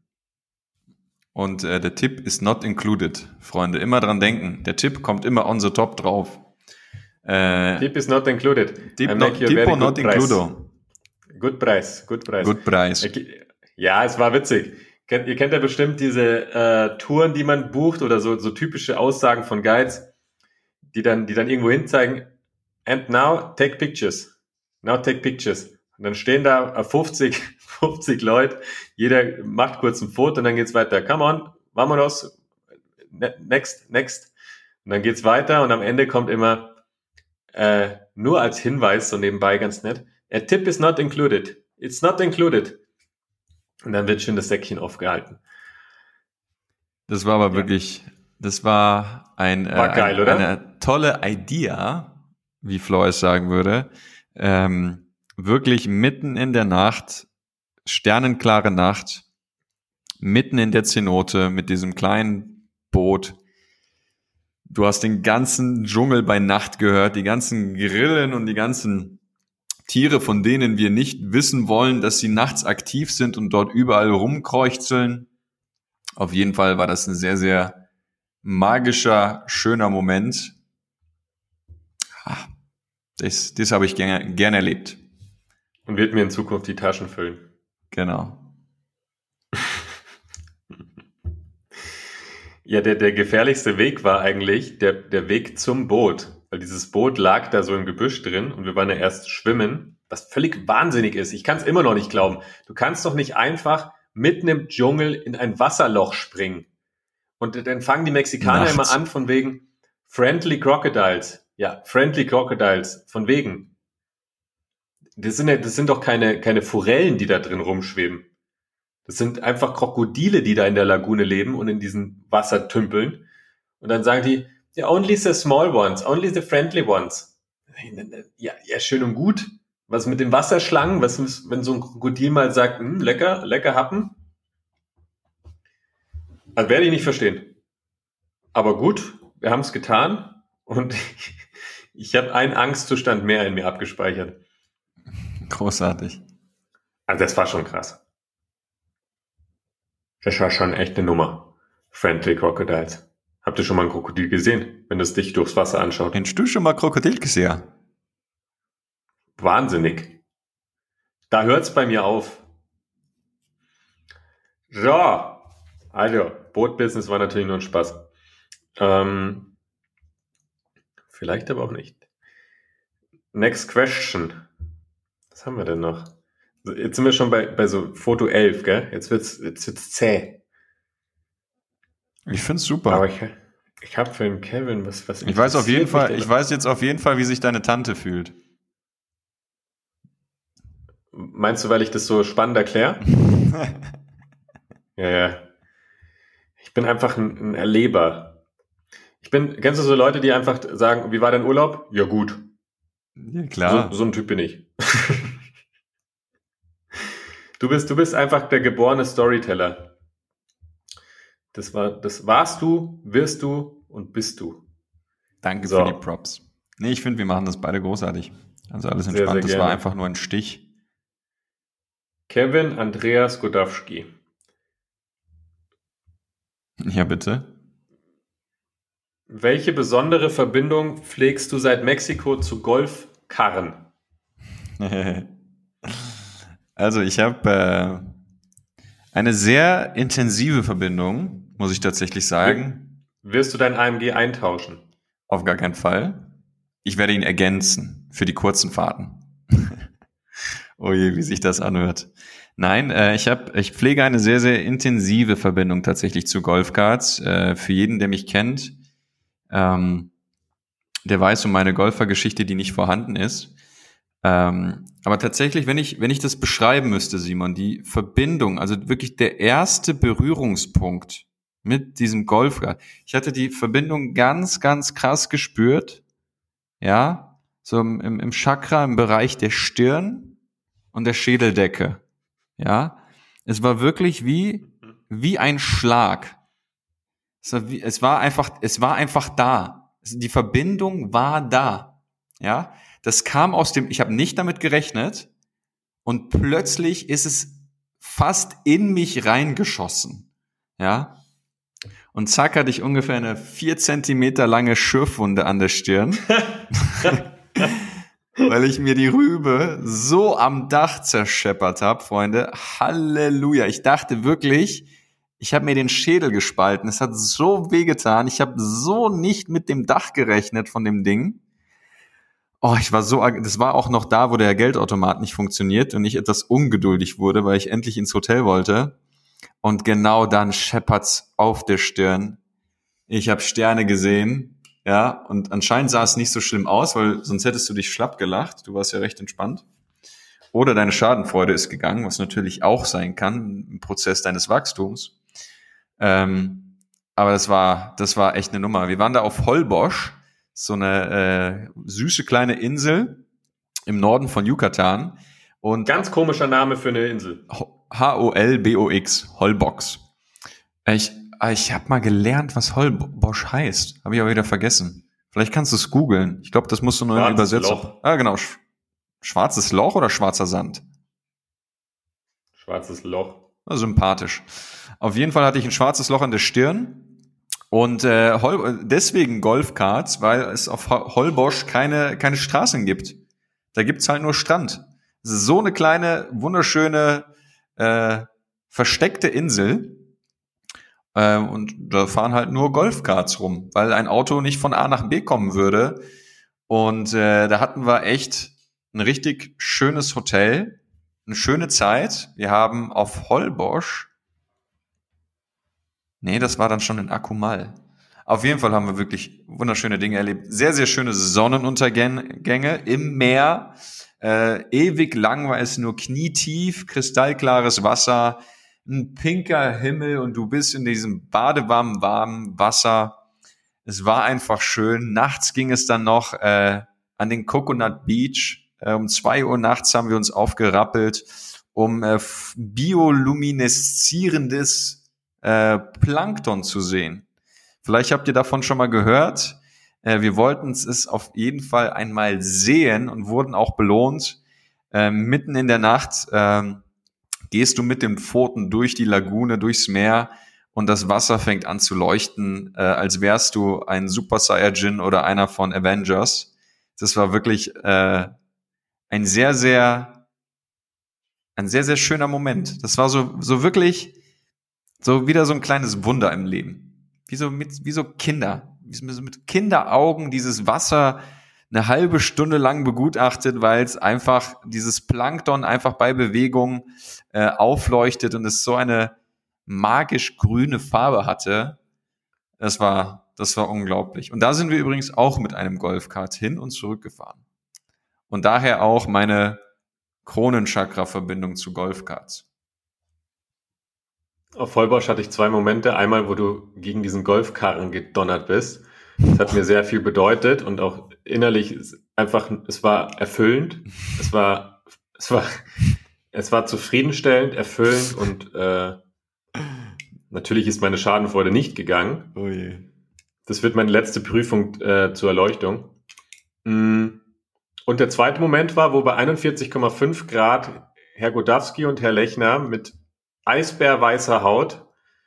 Und äh, der Tipp ist not included, Freunde. Immer dran denken. Der Tipp kommt immer on the top drauf. Äh, Tip is not included. Tip I not, make you a tip very or not good price. includo. Good Preis, good Preis. Good price. Ja, es war witzig. Kennt, ihr kennt ja bestimmt diese äh, Touren, die man bucht oder so, so typische Aussagen von Guides, die dann, die dann irgendwo hin zeigen, and now take pictures. Now take pictures. Und dann stehen da fünfzig, fünfzig Leute, jeder macht kurz ein Foto und dann geht's weiter. Come on, vámonos, next, next. Und dann geht's weiter und am Ende kommt immer äh, nur als Hinweis, so nebenbei ganz nett, a tip is not included. It's not included. Und dann wird schön das Säckchen aufgehalten. Das war aber Ja. wirklich, das war ein, War äh, geil, ein, oder? eine tolle Idea, wie Flo es sagen würde. Ähm, wirklich mitten in der Nacht, sternenklare Nacht, mitten in der Cenote mit diesem kleinen Boot. Du hast den ganzen Dschungel bei Nacht gehört, die ganzen Grillen und die ganzen Tiere, von denen wir nicht wissen wollen, dass sie nachts aktiv sind und dort überall rumkreuchzeln. Auf jeden Fall war das ein sehr, sehr magischer, schöner Moment. Ah, Das, das habe ich gerne, gerne erlebt. Und wird mir in Zukunft die Taschen füllen. Genau. Ja, der, der gefährlichste Weg war eigentlich der, der Weg zum Boot. Weil dieses Boot lag da so im Gebüsch drin und wir waren ja erst schwimmen, was völlig wahnsinnig ist. Ich kann es immer noch nicht glauben. Du kannst doch nicht einfach mitten im Dschungel in ein Wasserloch springen. Und dann fangen die Mexikaner Nachts. immer an von wegen Friendly Crocodiles. Ja, Friendly Crocodiles. Von wegen. Das sind, ja, das sind doch keine, keine Forellen, die da drin rumschweben. Das sind einfach Krokodile, die da in der Lagune leben und in diesen Wassertümpeln. Und dann sagen die, yeah, only the small ones, only the friendly ones. Ja, ja, schön und gut. Was mit den Wasserschlangen? Was ist, wenn so ein Krokodil mal sagt, hm, lecker, lecker happen? Also werde ich nicht verstehen. Aber gut, wir haben es getan und ich habe einen Angstzustand mehr in mir abgespeichert. Großartig. Also das war schon krass. Das war schon echt eine Nummer. Friendly Crocodiles. Habt ihr schon mal ein Krokodil gesehen, wenn es dich durchs Wasser anschaut? Hast du schon mal Krokodil gesehen? Wahnsinnig. Da hört's bei mir auf. So, also, Bootbusiness war natürlich nur ein Spaß. Ähm, vielleicht aber auch nicht. Next question. Was haben wir denn noch? Jetzt sind wir schon bei, bei so Foto elf, gell? Jetzt wird's, jetzt wird's zäh. Ich find's super. Aber ich, ich habe für den Kevin was, was ich weiß auf jeden interessiert mich Fall, denn? ich weiß jetzt auf jeden Fall, wie sich deine Tante fühlt. Meinst du, weil ich das so spannend erkläre? Ja, ja. Ich bin einfach ein, ein Erleber. Ich bin, kennst du so Leute, die einfach sagen, wie war dein Urlaub? Ja, gut. Ja, klar. So, so ein Typ bin ich. Du bist, du bist einfach der geborene Storyteller. Das war, das warst du, wirst du und bist du. Danke So. für die Props. Nee, ich finde, wir machen das beide großartig. Also alles Sehr, entspannt. sehr Das war gerne. einfach nur ein Stich. Kevin Andreas Godowski. Ja, bitte. Welche besondere Verbindung pflegst du seit Mexiko zu Golfkarren? Also ich habe äh, eine sehr intensive Verbindung, muss ich tatsächlich sagen. Wirst du dein A M G eintauschen? Auf gar keinen Fall. Ich werde ihn ergänzen für die kurzen Fahrten. Oh je, wie sich das anhört. Nein, äh, ich habe, ich pflege eine sehr, sehr intensive Verbindung tatsächlich zu Golfkarts. Äh, für jeden, der mich kennt, ähm, der weiß um meine Golfergeschichte, die nicht vorhanden ist. Ähm, aber tatsächlich, wenn ich, wenn ich das beschreiben müsste, Simon, die Verbindung, also wirklich der erste Berührungspunkt mit diesem Golfkart. Ich hatte die Verbindung ganz, ganz krass gespürt. Ja, so im, im, im Chakra, im Bereich der Stirn und der Schädeldecke. Ja, es war wirklich wie, wie ein Schlag. Es war, wie, es war einfach, es war einfach da. Die Verbindung war da. Ja, das kam aus dem, ich habe nicht damit gerechnet und plötzlich ist es fast in mich reingeschossen. Ja, und zack hatte ich ungefähr eine vier Zentimeter lange Schürfwunde an der Stirn. Weil ich mir die Rübe so am Dach zerscheppert habe, Freunde. Halleluja. Ich dachte wirklich, ich habe mir den Schädel gespalten. Es hat so wehgetan. Ich habe so nicht mit dem Dach gerechnet von dem Ding. Oh, ich war so, das war auch noch da, wo der Geldautomat nicht funktioniert und ich etwas ungeduldig wurde, weil ich endlich ins Hotel wollte. Und genau dann scheppert's auf der Stirn. Ich habe Sterne gesehen. Ja, und anscheinend sah es nicht so schlimm aus, weil sonst hättest du dich schlapp gelacht. Du warst ja recht entspannt. Oder deine Schadenfreude ist gegangen, was natürlich auch sein kann im Prozess deines Wachstums. Ähm, aber das war, das war echt eine Nummer. Wir waren da auf Holbox, so eine äh, süße kleine Insel im Norden von Yucatan. Und Ganz komischer Name für eine Insel. H O L B O X, Holbox. Ich Ich habe mal gelernt, was Holbox heißt. Habe ich aber wieder vergessen. Vielleicht kannst du es googeln. Ich glaube, das musst du nur in Schwarzes Übersetzung. Loch. Ah, genau. Sch- Schwarzes Loch oder schwarzer Sand? Schwarzes Loch. Ah, sympathisch. Auf jeden Fall hatte ich ein schwarzes Loch an der Stirn. Und äh, Hol- deswegen Golfkarts, weil es auf Ho- Holbox keine, keine Straßen gibt. Da gibt's halt nur Strand. Es ist so eine kleine, wunderschöne, äh, versteckte Insel. Ähm, und da fahren halt nur Golfkarts rum, weil ein Auto nicht von A nach B kommen würde. Und äh, da hatten wir echt ein richtig schönes Hotel, eine schöne Zeit. Wir haben auf Holbox, nee, das war dann schon in Akumal. Auf jeden Fall haben wir wirklich wunderschöne Dinge erlebt. Sehr, sehr schöne Sonnenuntergänge im Meer. Äh, ewig lang war es nur knietief, kristallklares Wasser, ein pinker Himmel und du bist in diesem badewarmen, warmen Wasser. Es war einfach schön. Nachts ging es dann noch äh, an den Coconut Beach. Äh, um zwei Uhr nachts haben wir uns aufgerappelt, um äh, biolumineszierendes äh, Plankton zu sehen. Vielleicht habt ihr davon schon mal gehört. Äh, wir wollten es auf jeden Fall einmal sehen und wurden auch belohnt. Äh, mitten in der Nacht äh, gehst du mit den Pfoten durch die Lagune, durchs Meer und das Wasser fängt an zu leuchten, äh, als wärst du ein Super Saiyajin oder einer von Avengers. Das war wirklich äh, ein sehr, sehr, ein sehr, sehr schöner Moment. Das war so, so wirklich so wieder so ein kleines Wunder im Leben. Wie so, mit, wie so Kinder, wie so mit Kinderaugen dieses Wasser eine halbe Stunde lang begutachtet, weil es einfach dieses Plankton einfach bei Bewegung äh, aufleuchtet und es so eine magisch grüne Farbe hatte. Das war, das war unglaublich. Und da sind wir übrigens auch mit einem Golfkart hin und zurück gefahren. Und daher auch meine Kronenchakra-Verbindung zu Golfkarts? Auf Vollbosch hatte ich zwei Momente. Einmal, wo du gegen diesen Golfkarren gedonnert bist. Das hat mir sehr viel bedeutet und auch innerlich einfach, es war erfüllend. Es war, es war, es war zufriedenstellend, erfüllend und äh, natürlich ist meine Schadenfreude nicht gegangen. Oh je. Das wird meine letzte Prüfung äh, zur Erleuchtung. Und der zweite Moment war, wo bei einundvierzig Komma fünf Grad Herr Godowski und Herr Lechner mit eisbärweißer Haut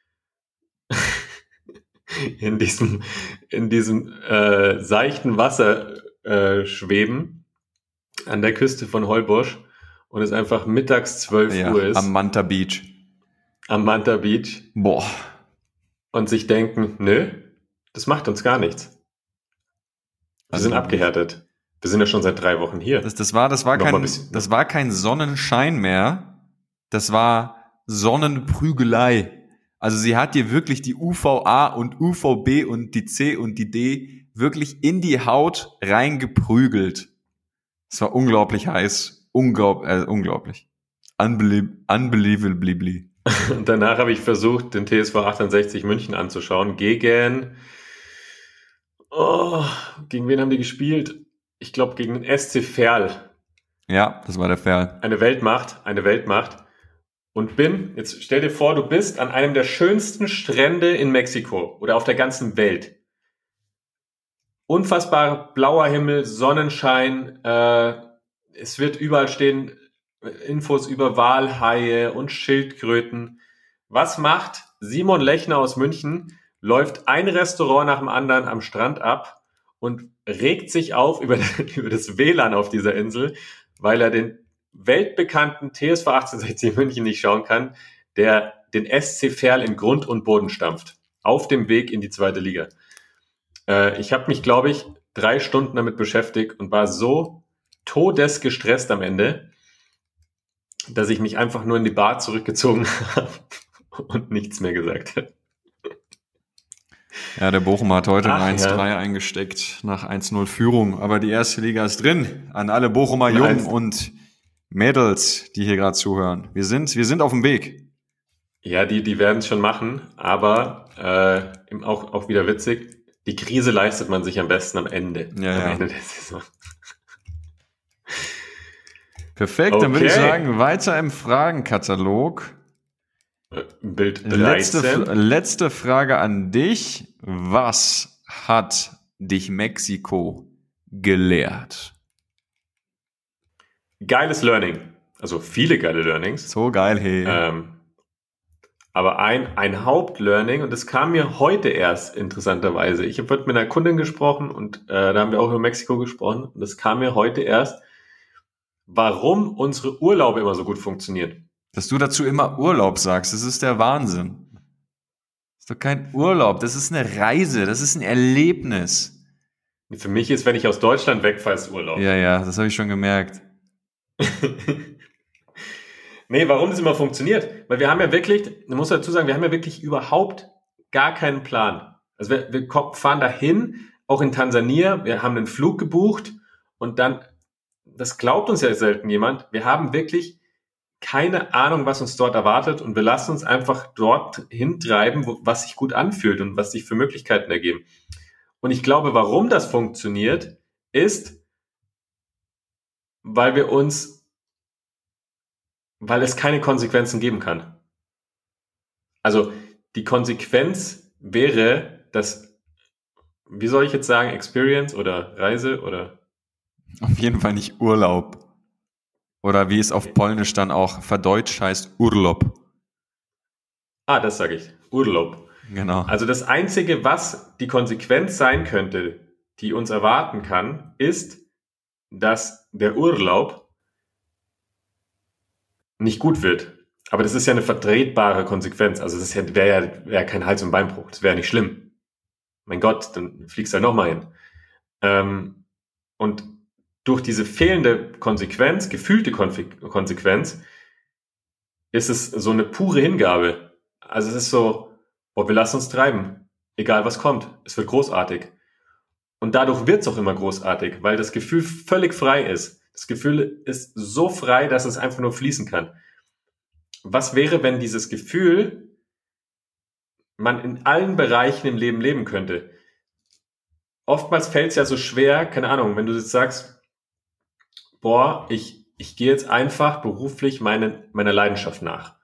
in diesem, in diesem äh, seichten Wasser äh, schweben an der Küste von Holbosch und es einfach mittags zwölf Ja, Uhr ist. am Manta Beach. Am Manta Beach. Boah. Und sich denken, nö, das macht uns gar nichts. Wir Also sind abgehärtet. Wir sind ja schon seit drei Wochen hier. Das, das war, das war Noch mal kein, ein bisschen, das war kein Sonnenschein mehr. Das war Sonnenprügelei. Also sie hat dir wirklich die U V A und U V B und die C und die D wirklich in die Haut reingeprügelt. Es war unglaublich heiß. Unglaub, äh, unglaublich. Unbelie- Unbelievably. Und danach habe ich versucht, den T S V achtundsechzig München anzuschauen. Gegen, oh, gegen wen haben die gespielt? Ich glaube, gegen den S C Verl. Ja, das war der Fall. Eine Weltmacht, eine Weltmacht. Und bin, jetzt stell dir vor, du bist an einem der schönsten Strände in Mexiko oder auf der ganzen Welt. Unfassbar blauer Himmel, Sonnenschein, äh, es wird überall stehen Infos über Walhaie und Schildkröten. Was macht Simon Lechner aus München? Läuft ein Restaurant nach dem anderen am Strand ab und regt sich auf über, über das W L A N auf dieser Insel, weil er den weltbekannten T S V achtzehnhundertsechzig München nicht schauen kann, der den S C Verl in Grund und Boden stampft. Auf dem Weg in die zweite Liga. Äh, ich habe mich, glaube ich, drei Stunden damit beschäftigt und war so todesgestresst am Ende, dass ich mich einfach nur in die Bar zurückgezogen habe und nichts mehr gesagt habe. Ja, der Bochum hat heute Ach, ein eins drei ja. eingesteckt nach eins null Führung. Aber die erste Liga ist drin. An alle Bochumer Na, Jungen eins- und Mädels, die hier gerade zuhören. Wir sind, wir sind auf dem Weg. Ja, die, die werden es schon machen, aber äh, eben auch, auch wieder witzig. Die Krise leistet man sich am besten am Ende. Ja, am ja. Ende der Saison. Perfekt, dann würde ich Okay. sagen, weiter im Fragenkatalog. Äh, Bild Letzte, dreizehn. letzte Frage an dich. Was hat dich Mexiko gelehrt? Geiles Learning. Also viele geile Learnings. So geil, hey. Ähm, aber ein, ein Hauptlearning, und das kam mir heute erst interessanterweise. Ich habe heute mit einer Kundin gesprochen und äh, da haben wir auch über Mexiko gesprochen. Und das kam mir heute erst, warum unsere Urlaube immer so gut funktionieren. Dass du dazu immer Urlaub sagst, das ist der Wahnsinn. Das ist doch kein Urlaub, das ist eine Reise, das ist ein Erlebnis. Für mich ist, wenn ich aus Deutschland wegfahre, ist Urlaub. Ja, ja, das habe ich schon gemerkt. Nee, warum das immer funktioniert? Weil wir haben ja wirklich, man muss dazu sagen, wir haben ja wirklich überhaupt gar keinen Plan. Also wir, wir ko- fahren dahin, auch in Tansania, wir haben einen Flug gebucht und dann, das glaubt uns ja selten jemand, wir haben wirklich keine Ahnung, was uns dort erwartet und wir lassen uns einfach dort hintreiben, wo, was sich gut anfühlt und was sich für Möglichkeiten ergeben. Und ich glaube, warum das funktioniert, ist, weil wir uns weil es keine Konsequenzen geben kann. Also die Konsequenz wäre, dass, wie soll ich jetzt sagen, Experience oder Reise oder Auf jeden Fall nicht Urlaub. Oder wie es auf Polnisch dann auch verdeutscht heißt, Urlaub. ah, das sage ich, Urlaub. Genau. Also das Einzige, was die Konsequenz sein könnte, die uns erwarten kann, ist, dass der Urlaub nicht gut wird. Aber das ist ja eine vertretbare Konsequenz. Also das ist ja- wäre ja, wär kein Hals- und Beinbruch. Das wäre nicht schlimm. Mein Gott, dann fliegst du halt nochmal hin. Ähm, und durch diese fehlende Konsequenz, gefühlte Konfi- Konsequenz, ist es so eine pure Hingabe. Also es ist so, boah, wir lassen uns treiben. Egal was kommt. Es wird großartig. Und dadurch wird es auch immer großartig, weil das Gefühl völlig frei ist. Das Gefühl ist so frei, dass es einfach nur fließen kann. Was wäre, wenn dieses Gefühl man in allen Bereichen im Leben leben könnte? Oftmals fällt es ja so schwer, keine Ahnung, wenn du jetzt sagst, boah, ich, ich gehe jetzt einfach beruflich meine, meiner Leidenschaft nach.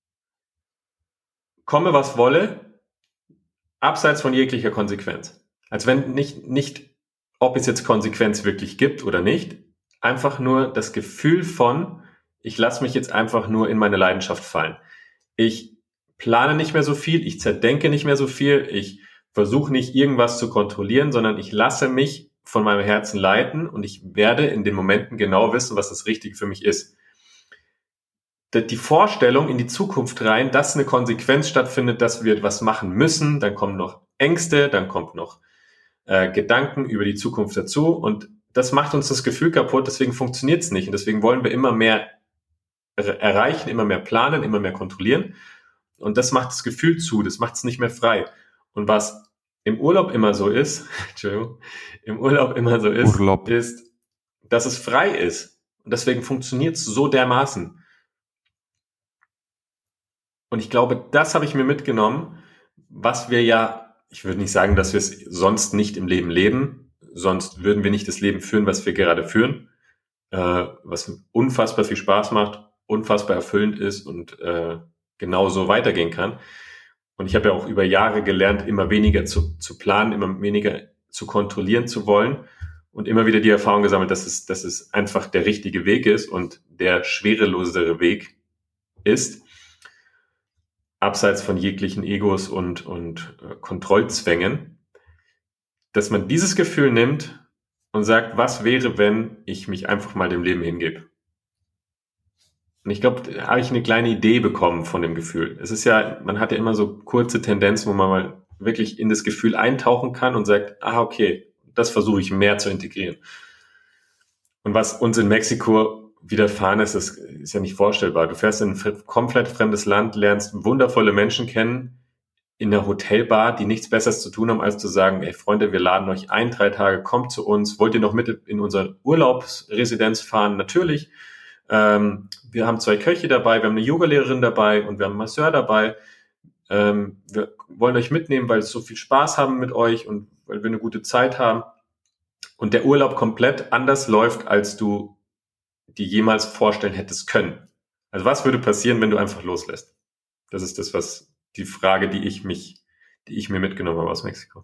Komme, was wolle, abseits von jeglicher Konsequenz. Als wenn nicht, nicht, ob es jetzt Konsequenz wirklich gibt oder nicht, einfach nur das Gefühl von, ich lasse mich jetzt einfach nur in meine Leidenschaft fallen. Ich plane nicht mehr so viel, ich zerdenke nicht mehr so viel, ich versuche nicht irgendwas zu kontrollieren, sondern ich lasse mich von meinem Herzen leiten und ich werde in den Momenten genau wissen, was das Richtige für mich ist. Die Vorstellung in die Zukunft rein, dass eine Konsequenz stattfindet, dass wir was machen müssen, dann kommen noch Ängste, dann kommt noch äh, Gedanken über die Zukunft dazu und das macht uns das Gefühl kaputt, deswegen funktioniert es nicht und deswegen wollen wir immer mehr er- erreichen, immer mehr planen, immer mehr kontrollieren und das macht das Gefühl zu, das macht es nicht mehr frei. Und was im Urlaub immer so ist, Entschuldigung, im Urlaub immer so ist, Urlaub. ist, dass es frei ist und deswegen funktioniert es so dermaßen. Und ich glaube, das habe ich mir mitgenommen, was wir ja, ich würde nicht sagen, dass wir es sonst nicht im Leben leben, sonst würden wir nicht das Leben führen, was wir gerade führen, äh, was unfassbar viel Spaß macht, unfassbar erfüllend ist und äh, genauso weitergehen kann. Und ich habe ja auch über Jahre gelernt, immer weniger zu, zu planen, immer weniger zu kontrollieren zu wollen und immer wieder die Erfahrung gesammelt, dass es, dass es einfach der richtige Weg ist und der schwerelosere Weg ist, abseits von jeglichen Egos und, und äh, Kontrollzwängen, dass man dieses Gefühl nimmt und sagt, was wäre, wenn ich mich einfach mal dem Leben hingebe? Und ich glaube, da habe ich eine kleine Idee bekommen von dem Gefühl. Es ist ja, man hat ja immer so kurze Tendenzen, wo man mal wirklich in das Gefühl eintauchen kann und sagt, ah, okay, das versuche ich mehr zu integrieren. Und was uns in Mexiko widerfahren ist, das ist ja nicht vorstellbar. Du fährst in ein komplett fremdes Land, lernst wundervolle Menschen kennen, in einer Hotelbar, die nichts Besseres zu tun haben, als zu sagen, ey Freunde, wir laden euch ein, drei Tage, kommt zu uns, wollt ihr noch mit in unsere Urlaubsresidenz fahren? Natürlich. Ähm, wir haben zwei Köche dabei, wir haben eine Yogalehrerin dabei und wir haben einen Masseur dabei. Ähm, wir wollen euch mitnehmen, weil es so viel Spaß haben mit euch und weil wir eine gute Zeit haben. Und der Urlaub komplett anders läuft, als du die jemals vorstellen hättest können. Also was würde passieren, wenn du einfach loslässt? Das ist das, was die Frage, die ich mich, die ich mir mitgenommen habe aus Mexiko.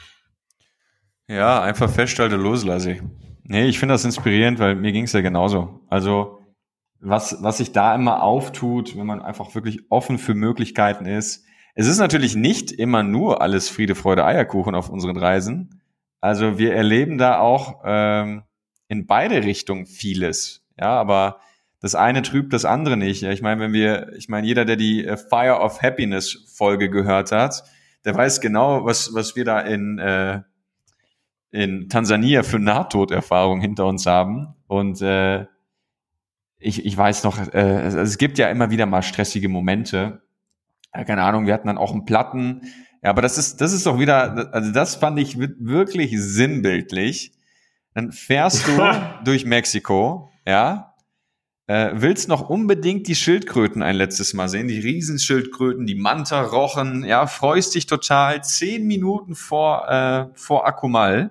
Ja, einfach festhalte, loslasse. Nee, ich finde das inspirierend, weil mir ging es ja genauso. Also was, was sich da immer auftut, wenn man einfach wirklich offen für Möglichkeiten ist. Es ist natürlich nicht immer nur alles Friede, Freude, Eierkuchen auf unseren Reisen. Also wir erleben da auch ähm, in beide Richtungen vieles. Ja, aber das eine trübt das andere nicht. Ja, ich meine, wenn wir, ich meine, jeder, der die äh, Fire of Happiness Folge gehört hat, der weiß genau, was, was wir da in, äh, in Tansania für Nahtoderfahrungen hinter uns haben. Und äh, ich, ich weiß noch, äh, also es gibt ja immer wieder mal stressige Momente. Ja, keine Ahnung, wir hatten dann auch einen Platten. Ja, aber das ist, das ist doch wieder, also das fand ich wirklich sinnbildlich. Dann fährst du durch Mexiko, ja, äh, willst noch unbedingt die Schildkröten ein letztes Mal sehen, die Riesenschildkröten, die Manta-Rochen, ja, freust dich total. Zehn Minuten vor, äh, vor Akumal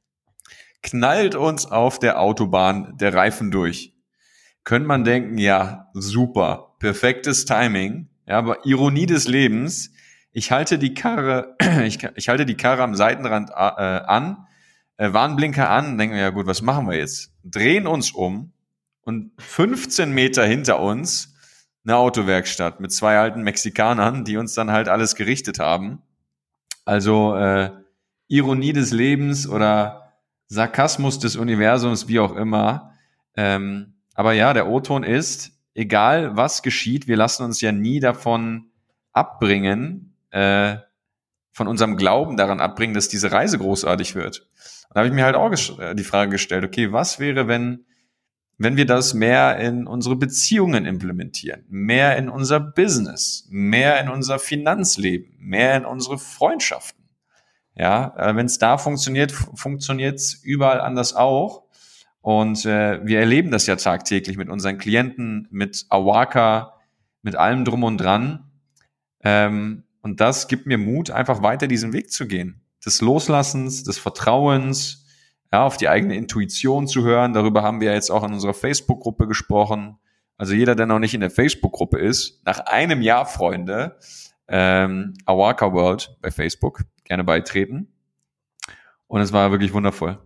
knallt uns auf der Autobahn der Reifen durch. Könnte man denken, ja, super, perfektes Timing, ja, aber Ironie des Lebens, ich halte die Karre, ich, ich halte die Karre am Seitenrand äh, an, äh, Warnblinker an, denken wir, ja gut, was machen wir jetzt? Drehen uns um und fünfzehn Meter hinter uns eine Autowerkstatt mit zwei alten Mexikanern, die uns dann halt alles gerichtet haben. Also äh, Ironie des Lebens oder Sarkasmus des Universums, wie auch immer. Ähm, aber ja, der O-Ton ist, egal was geschieht, wir lassen uns ja nie davon abbringen, äh, von unserem Glauben daran abbringen, dass diese Reise großartig wird. Und da habe ich mir halt auch ges- die Frage gestellt, okay, was wäre, wenn wenn wir das mehr in unsere Beziehungen implementieren, mehr in unser Business, mehr in unser Finanzleben, mehr in unsere Freundschaften. Ja, wenn es da funktioniert, funktioniert es überall anders auch. Und äh, wir erleben das ja tagtäglich mit unseren Klienten, mit Awaka, mit allem drum und dran. Ähm, und das gibt mir Mut, einfach weiter diesen Weg zu gehen. Des Loslassens, des Vertrauens, ja, auf die eigene Intuition zu hören. Darüber haben wir jetzt auch in unserer Facebook-Gruppe gesprochen. Also jeder, der noch nicht in der Facebook-Gruppe ist, nach einem Jahr, Freunde, ähm, Awaka World bei Facebook, gerne beitreten. Und es war wirklich wundervoll.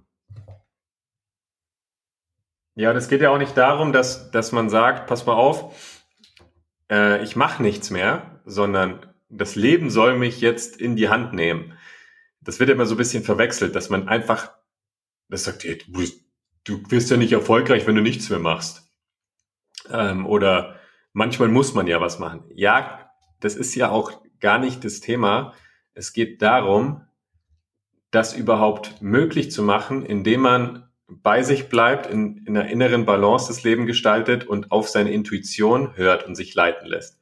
Ja, und es geht ja auch nicht darum, dass, dass man sagt, pass mal auf, äh, ich mache nichts mehr, sondern das Leben soll mich jetzt in die Hand nehmen. Das wird immer so ein bisschen verwechselt, dass man einfach, das sagt, hey, du, du wirst ja nicht erfolgreich, wenn du nichts mehr machst. Ähm, oder manchmal muss man ja was machen. Ja, das ist ja auch gar nicht das Thema. Es geht darum, das überhaupt möglich zu machen, indem man bei sich bleibt, in, in einer inneren Balance das Leben gestaltet und auf seine Intuition hört und sich leiten lässt.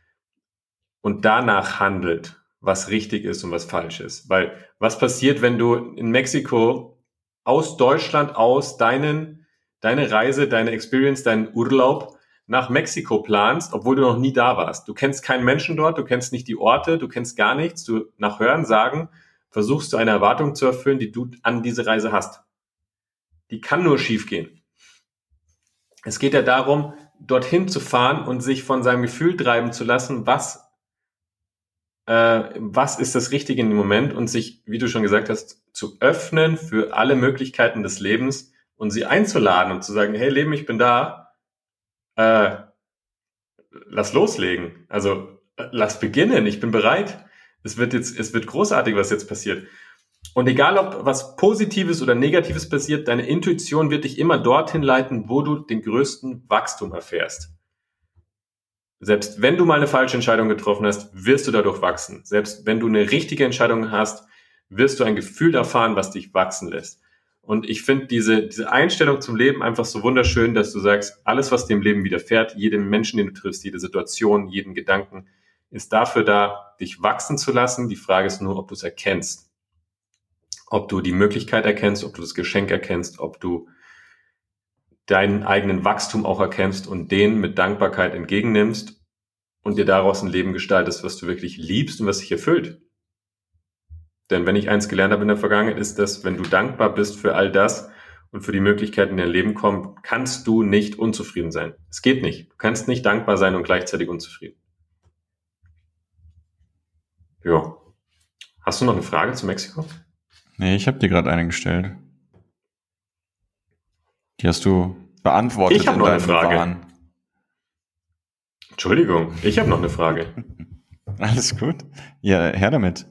Und danach handelt, was richtig ist und was falsch ist. Weil was passiert, wenn du in Mexiko aus Deutschland aus deinen, deine Reise, deine Experience, deinen Urlaub nach Mexiko planst, obwohl du noch nie da warst? Du kennst keinen Menschen dort, du kennst nicht die Orte, du kennst gar nichts. Du nach Hören sagen versuchst du eine Erwartung zu erfüllen, die du an diese Reise hast. Die kann nur schief gehen. Es geht ja darum, dorthin zu fahren und sich von seinem Gefühl treiben zu lassen, was, äh, was ist das Richtige in dem Moment und sich, wie du schon gesagt hast, zu öffnen für alle Möglichkeiten des Lebens und sie einzuladen und zu sagen, hey Leben, ich bin da, äh, lass loslegen. Also äh, lass beginnen, ich bin bereit. Es wird jetzt, es wird großartig, was jetzt passiert. Und egal, ob was Positives oder Negatives passiert, deine Intuition wird dich immer dorthin leiten, wo du den größten Wachstum erfährst. Selbst wenn du mal eine falsche Entscheidung getroffen hast, wirst du dadurch wachsen. Selbst wenn du eine richtige Entscheidung hast, wirst du ein Gefühl erfahren, was dich wachsen lässt. Und ich finde diese, diese Einstellung zum Leben einfach so wunderschön, dass du sagst, alles, was dem Leben widerfährt, jedem Menschen, den du triffst, jede Situation, jeden Gedanken, ist dafür da, dich wachsen zu lassen. Die Frage ist nur, ob du es erkennst. Ob du die Möglichkeit erkennst, ob du das Geschenk erkennst, ob du deinen eigenen Wachstum auch erkennst und den mit Dankbarkeit entgegennimmst und dir daraus ein Leben gestaltest, was du wirklich liebst und was dich erfüllt. Denn wenn ich eins gelernt habe in der Vergangenheit, ist, dass wenn du dankbar bist für all das und für die Möglichkeiten, die in dein Leben kommen, kannst du nicht unzufrieden sein. Es geht nicht. Du kannst nicht dankbar sein und gleichzeitig unzufrieden. Ja. Hast du noch eine Frage zu Mexiko? Nee, ich habe dir gerade eine gestellt. Die hast du beantwortet. Ich habe noch eine Frage. Wahn. Entschuldigung, ich habe noch eine Frage. Alles gut. Ja, her damit.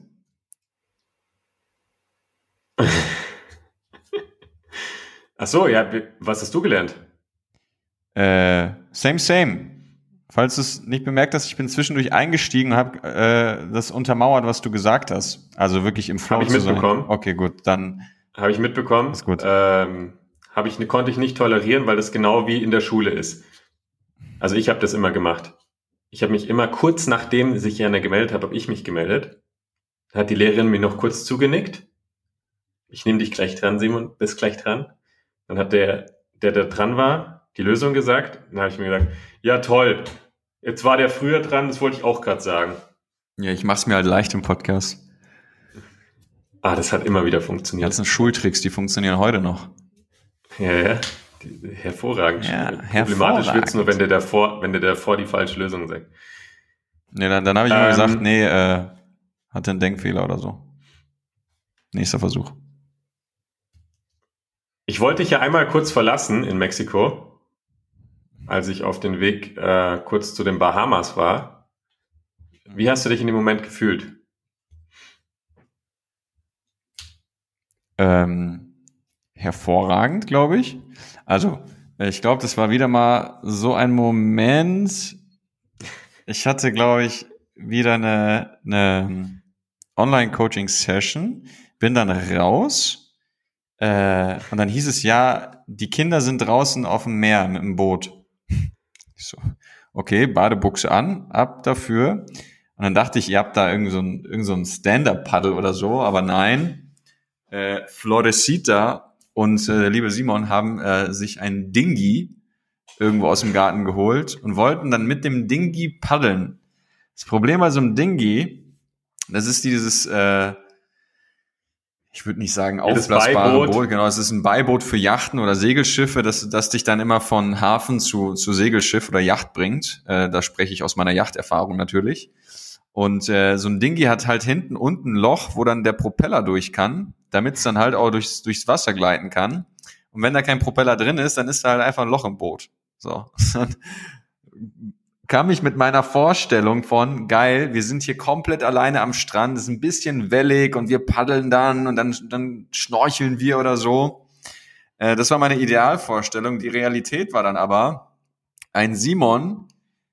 Ach so, ja, was hast du gelernt? Äh, same, same. Falls du es nicht bemerkt hast, ich bin zwischendurch eingestiegen und habe äh, das untermauert, was du gesagt hast. Also wirklich im Flow Habe ich zu sein. mitbekommen. Okay, gut, dann. Habe ich mitbekommen. Ist gut. Ähm, habe ich, konnte ich nicht tolerieren, weil das genau wie in der Schule ist. Also ich habe das immer gemacht. Ich habe mich immer kurz nachdem sich einer gemeldet hat, habe ich mich gemeldet. Hat die Lehrerin mir noch kurz zugenickt. Ich nehme dich gleich dran, Simon, bist gleich dran. Dann hat der, der da dran war, die Lösung gesagt. Dann habe ich mir gesagt, ja toll, jetzt war der früher dran, das wollte ich auch gerade sagen. Ja, ich mach's mir halt leicht im Podcast. Ah, das hat immer wieder Die funktioniert. ganzen Schultricks, die funktionieren heute noch. Ja, ja, die, hervorragend. Ja, Problematisch hervorragend. wird's nur, wenn der davor, wenn der davor die falsche Lösung sagt. Nee, dann, dann habe ich immer Ähm, gesagt, nee, äh, hatte einen Denkfehler oder so. Nächster Versuch. Ich wollte dich ja einmal kurz verlassen in Mexiko, als ich auf den Weg äh, kurz zu den Bahamas war. Wie hast du dich in dem Moment gefühlt? Ähm, hervorragend, glaube ich. Also, ich glaube, das war wieder mal so ein Moment. Ich hatte, glaube ich, wieder eine, eine Online-Coaching-Session, bin dann raus äh, und dann hieß es, ja, die Kinder sind draußen auf dem Meer mit dem Boot. Ich so, okay, Badebuchse an, ab dafür. Und dann dachte ich, ihr habt da irgend so ein, irgend so ein Stand-Up-Paddle oder so, aber nein. Äh, Florecita und äh, liebe Simon haben äh, sich ein Dinghy irgendwo aus dem Garten geholt und wollten dann mit dem Dinghy paddeln. Das Problem bei so einem Dinghy, das ist dieses, äh, ich würde nicht sagen aufblasbare Boot, genau, es ist ein Beiboot für Yachten oder Segelschiffe, das, das dich dann immer von Hafen zu, zu Segelschiff oder Yacht bringt. Äh, da spreche ich aus meiner Yachterfahrung natürlich. Und äh, so ein Dinghy hat halt hinten unten ein Loch, wo dann der Propeller durch kann, damit es dann halt auch durchs, durchs Wasser gleiten kann. Und wenn da kein Propeller drin ist, dann ist da halt einfach ein Loch im Boot. So. Dann kam ich mit meiner Vorstellung von, geil, wir sind hier komplett alleine am Strand, es ist ein bisschen wellig und wir paddeln dann und dann, dann schnorcheln wir oder so. Äh, das war meine Idealvorstellung. Die Realität war dann aber ein Simon,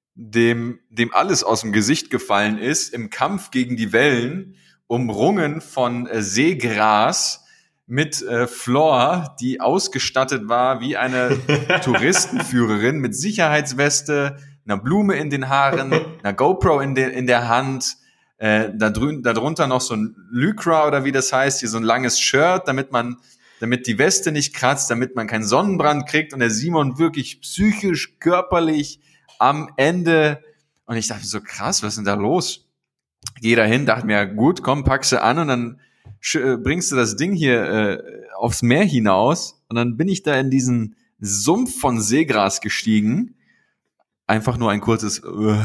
dem, dem alles aus dem Gesicht gefallen ist, im Kampf gegen die Wellen, umrungen von äh, Seegras, mit äh, Flor, die ausgestattet war wie eine Touristenführerin mit Sicherheitsweste, einer Blume in den Haaren, einer GoPro in, de, in der Hand, äh, da drü- darunter noch so ein Lycra oder wie das heißt, hier so ein langes Shirt, damit man, damit die Weste nicht kratzt, damit man keinen Sonnenbrand kriegt und der Simon wirklich psychisch, körperlich am Ende. Und ich dachte so, krass, was ist denn da los? Geh da hin, dachte mir, gut, komm, pack sie an und dann bringst du das Ding hier äh, aufs Meer hinaus und dann bin ich da in diesen Sumpf von Seegras gestiegen, einfach nur ein kurzes uh,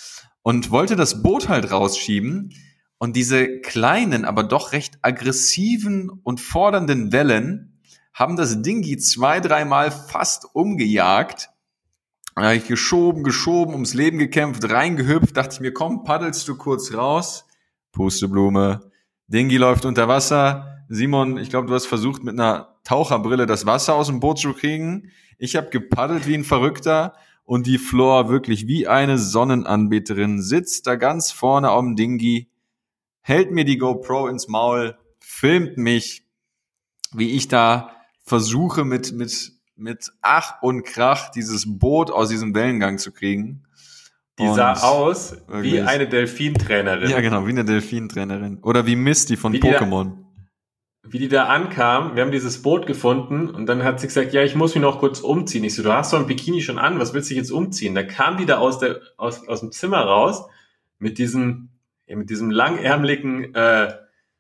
und wollte das Boot halt rausschieben und diese kleinen, aber doch recht aggressiven und fordernden Wellen haben das Dinghy zwei, dreimal fast umgejagt. Da habe ich geschoben, geschoben, ums Leben gekämpft, reingehüpft, dachte ich mir, komm, paddelst du kurz raus, Pusteblume. Dinghy läuft unter Wasser. Simon, ich glaube, du hast versucht, mit einer Taucherbrille das Wasser aus dem Boot zu kriegen. Ich habe gepaddelt wie ein Verrückter und die Flor wirklich wie eine Sonnenanbeterin sitzt da ganz vorne auf dem Dinghy, hält mir die GoPro ins Maul, filmt mich, wie ich da versuche mit mit mit Ach und Krach dieses Boot aus diesem Wellengang zu kriegen. Die sah aus wirklich wie eine Delfintrainerin. Ja, genau, wie eine Delfintrainerin. Oder wie Misty von wie Pokémon. Die da, wie die da ankam, wir haben dieses Boot gefunden und dann hat sie gesagt, ja, ich muss mich noch kurz umziehen. Ich so, du hast doch ein Bikini schon an, was willst du dich jetzt umziehen? Da kam die da aus, der, aus, aus dem Zimmer raus mit diesem, ja, mit diesem langärmeligen äh,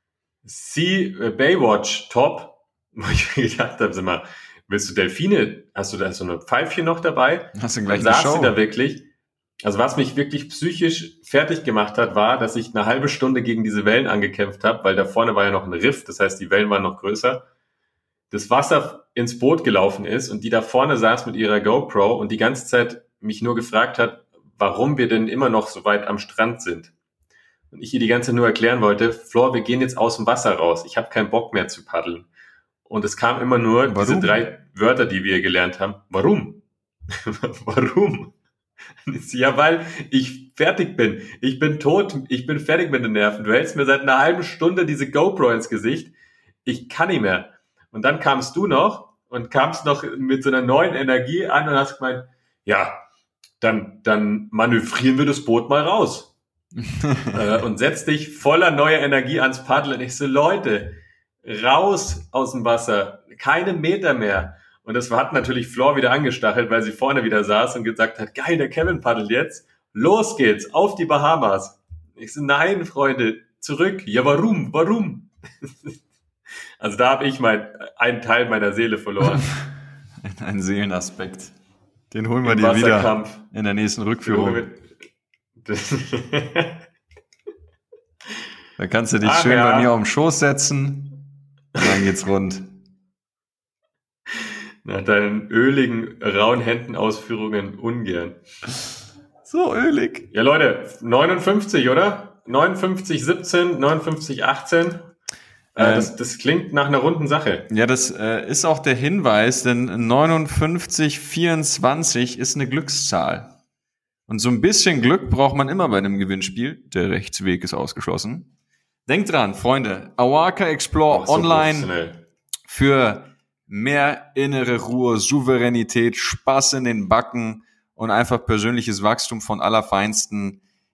Sea Baywatch Top, wo ich mir gedacht habe, sag mal, willst du Delfine? Hast du da so eine Pfeifchen noch dabei? Hast du gleich dann eine saß Show? Sie da wirklich. Also was mich wirklich psychisch fertig gemacht hat, war, dass ich eine halbe Stunde gegen diese Wellen angekämpft habe, weil da vorne war ja noch ein Riff, das heißt, die Wellen waren noch größer. Das Wasser ins Boot gelaufen ist und die da vorne saß mit ihrer GoPro und die ganze Zeit mich nur gefragt hat, warum wir denn immer noch so weit am Strand sind. Und ich ihr die ganze Zeit nur erklären wollte, Flor, wir gehen jetzt aus dem Wasser raus. Ich habe keinen Bock mehr zu paddeln. Und es kam immer nur Warum? Diese drei Wörter, die wir gelernt haben. Warum? Warum? Ja, weil ich fertig bin. Ich bin tot. Ich bin fertig mit den Nerven. Du hältst mir seit einer halben Stunde diese GoPro ins Gesicht. Ich kann nicht mehr. Und dann kamst du noch und kamst noch mit so einer neuen Energie an und hast gemeint, ja, dann, dann manövrieren wir das Boot mal raus. äh, und setz dich voller neuer Energie ans Paddel. Und ich so, Leute, raus aus dem Wasser. Keine Meter mehr. Und das hat natürlich Flor wieder angestachelt, weil sie vorne wieder saß und gesagt hat, geil, der Kevin paddelt jetzt. Los geht's, auf die Bahamas. Ich so, nein, Freunde, zurück. Ja, warum? Warum? Also da habe ich mein, einen Teil meiner Seele verloren. Ein Seelenaspekt. Den holen wir dir wieder in der nächsten Rückführung. Da kannst du dich Ach, schön ja. bei mir auf den Schoß setzen und dann geht's rund. Nach deinen öligen, rauen Händenausführungen ungern. So ölig. Ja, Leute, neunundfünfzig, oder? neunundfünfzig siebzehn, neunundfünfzig achtzehn. Äh, ähm, das, das klingt nach einer runden Sache. Ja, das äh, ist auch der Hinweis, denn neunundfünfzig vierundzwanzig ist eine Glückszahl. Und so ein bisschen Glück braucht man immer bei einem Gewinnspiel. Der Rechtsweg ist ausgeschlossen. Denkt dran, Freunde, Awaka Explore so online für mehr innere Ruhe, Souveränität, Spaß in den Backen und einfach persönliches Wachstum von allerfeinsten.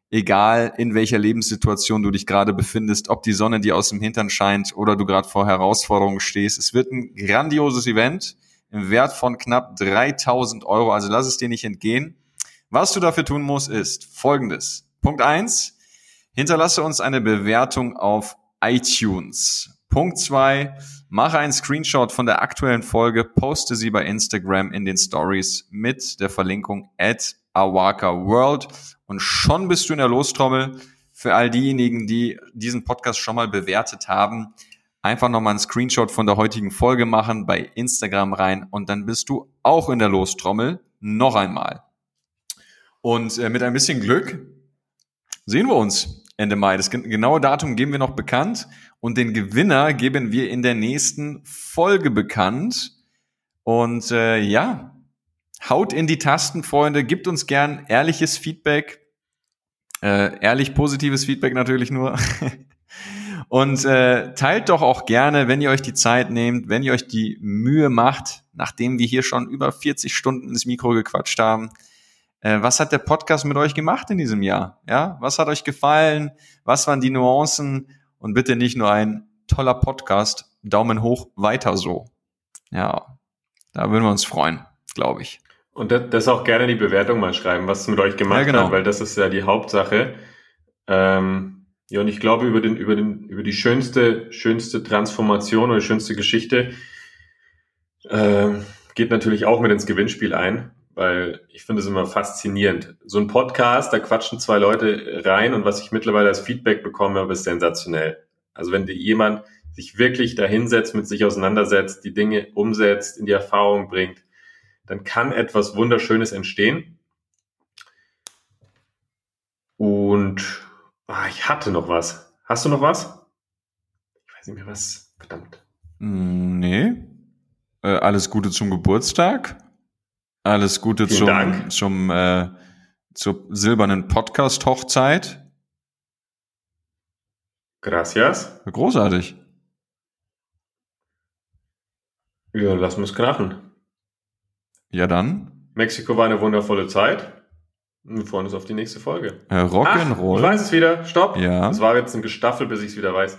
egal in welcher Lebenssituation du dich gerade befindest, ob die Sonne dir aus dem Hintern scheint oder du gerade vor Herausforderungen stehst. Es wird ein grandioses Event im Wert von knapp dreitausend Euro, also lass es dir nicht entgehen. Was du dafür tun musst, ist Folgendes. Punkt eins, hinterlasse uns eine Bewertung auf iTunes. Punkt zwei, mache einen Screenshot von der aktuellen Folge, poste sie bei Instagram in den Stories mit der Verlinkung at awakaworld und schon bist du in der Lostrommel. Für all diejenigen, die diesen Podcast schon mal bewertet haben, einfach nochmal einen Screenshot von der heutigen Folge machen, bei Instagram rein und dann bist du auch in der Lostrommel noch einmal. Und äh, mit ein bisschen Glück sehen wir uns Ende Mai. Das genaue Datum geben wir noch bekannt und den Gewinner geben wir in der nächsten Folge bekannt. Und äh, ja, haut in die Tasten, Freunde, gebt uns gern ehrliches Feedback, äh, ehrlich positives Feedback natürlich nur. Und äh, teilt doch auch gerne, wenn ihr euch die Zeit nehmt, wenn ihr euch die Mühe macht, nachdem wir hier schon über vierzig Stunden ins Mikro gequatscht haben. Äh, was hat der Podcast mit euch gemacht in diesem Jahr? Ja, was hat euch gefallen? Was waren die Nuancen? Und bitte nicht nur ein toller Podcast, Daumen hoch, weiter so. Ja, da würden wir uns freuen, glaube ich. Und das, das auch gerne die Bewertung mal schreiben, was es mit euch gemacht ja, genau. hat, weil das ist ja die Hauptsache. Ähm, ja, und ich glaube, über den, über den, über die schönste, schönste Transformation oder schönste Geschichte äh, geht natürlich auch mit ins Gewinnspiel ein, weil ich finde es immer faszinierend. So ein Podcast, da quatschen zwei Leute rein und was ich mittlerweile als Feedback bekomme, ist sensationell. Also wenn dir jemand sich wirklich da hinsetzt, mit sich auseinandersetzt, die Dinge umsetzt, in die Erfahrung bringt, dann kann etwas Wunderschönes entstehen. Und ah, ich hatte noch was. Hast du noch was? Ich weiß nicht mehr was. Verdammt. Nee. Äh, alles Gute zum Geburtstag. Alles Gute Vielen zum, Dank. zum äh, zur silbernen Podcast-Hochzeit. Gracias. Großartig. Ja, lass uns krachen. Ja, dann. Mexiko war eine wundervolle Zeit. Wir freuen uns auf die nächste Folge. Äh, Rock'n'Roll. Ich weiß es wieder. Stopp. Ja. Das war jetzt ein Gestaffel, bis ich es wieder weiß.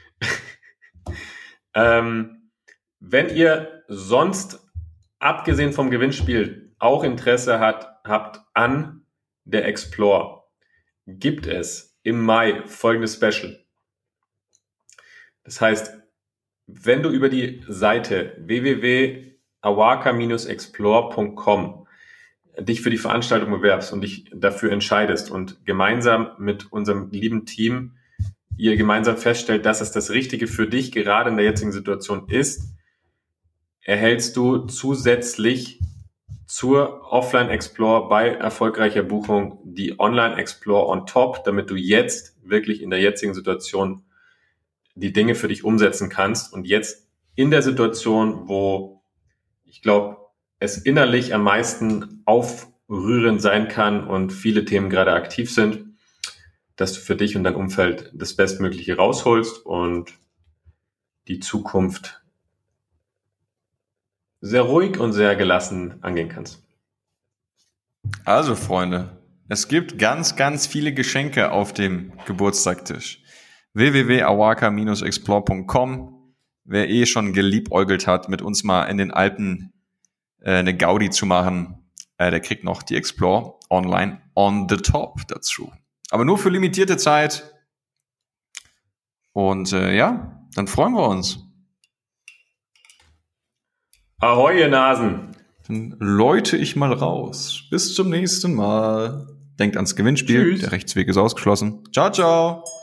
ähm, wenn ihr sonst, abgesehen vom Gewinnspiel, auch Interesse hat, habt an der Explore, gibt es im Mai folgendes Special. Das heißt, wenn du über die Seite w w w punkt awaka Bindestrich explore punkt com dich für die Veranstaltung bewerbst und dich dafür entscheidest und gemeinsam mit unserem lieben Team ihr gemeinsam feststellt, dass es das Richtige für dich gerade in der jetzigen Situation ist, erhältst du zusätzlich zur Offline Explore bei erfolgreicher Buchung die Online Explore on top, damit du jetzt wirklich in der jetzigen Situation die Dinge für dich umsetzen kannst und jetzt in der Situation, wo ich glaube, es innerlich am meisten aufrührend sein kann und viele Themen gerade aktiv sind, dass du für dich und dein Umfeld das Bestmögliche rausholst und die Zukunft sehr ruhig und sehr gelassen angehen kannst. Also, Freunde, es gibt ganz, ganz viele Geschenke auf dem Geburtstagstisch. w w w punkt awaka Bindestrich explore punkt com. Wer eh schon geliebäugelt hat, mit uns mal in den Alpen äh, eine Gaudi zu machen, äh, der kriegt noch die Explore online on the top dazu. Aber nur für limitierte Zeit. Und äh, ja, dann freuen wir uns. Ahoi, ihr Nasen! Dann läute ich mal raus. Bis zum nächsten Mal. Denkt ans Gewinnspiel. Tschüss. Der Rechtsweg ist ausgeschlossen. Ciao, ciao!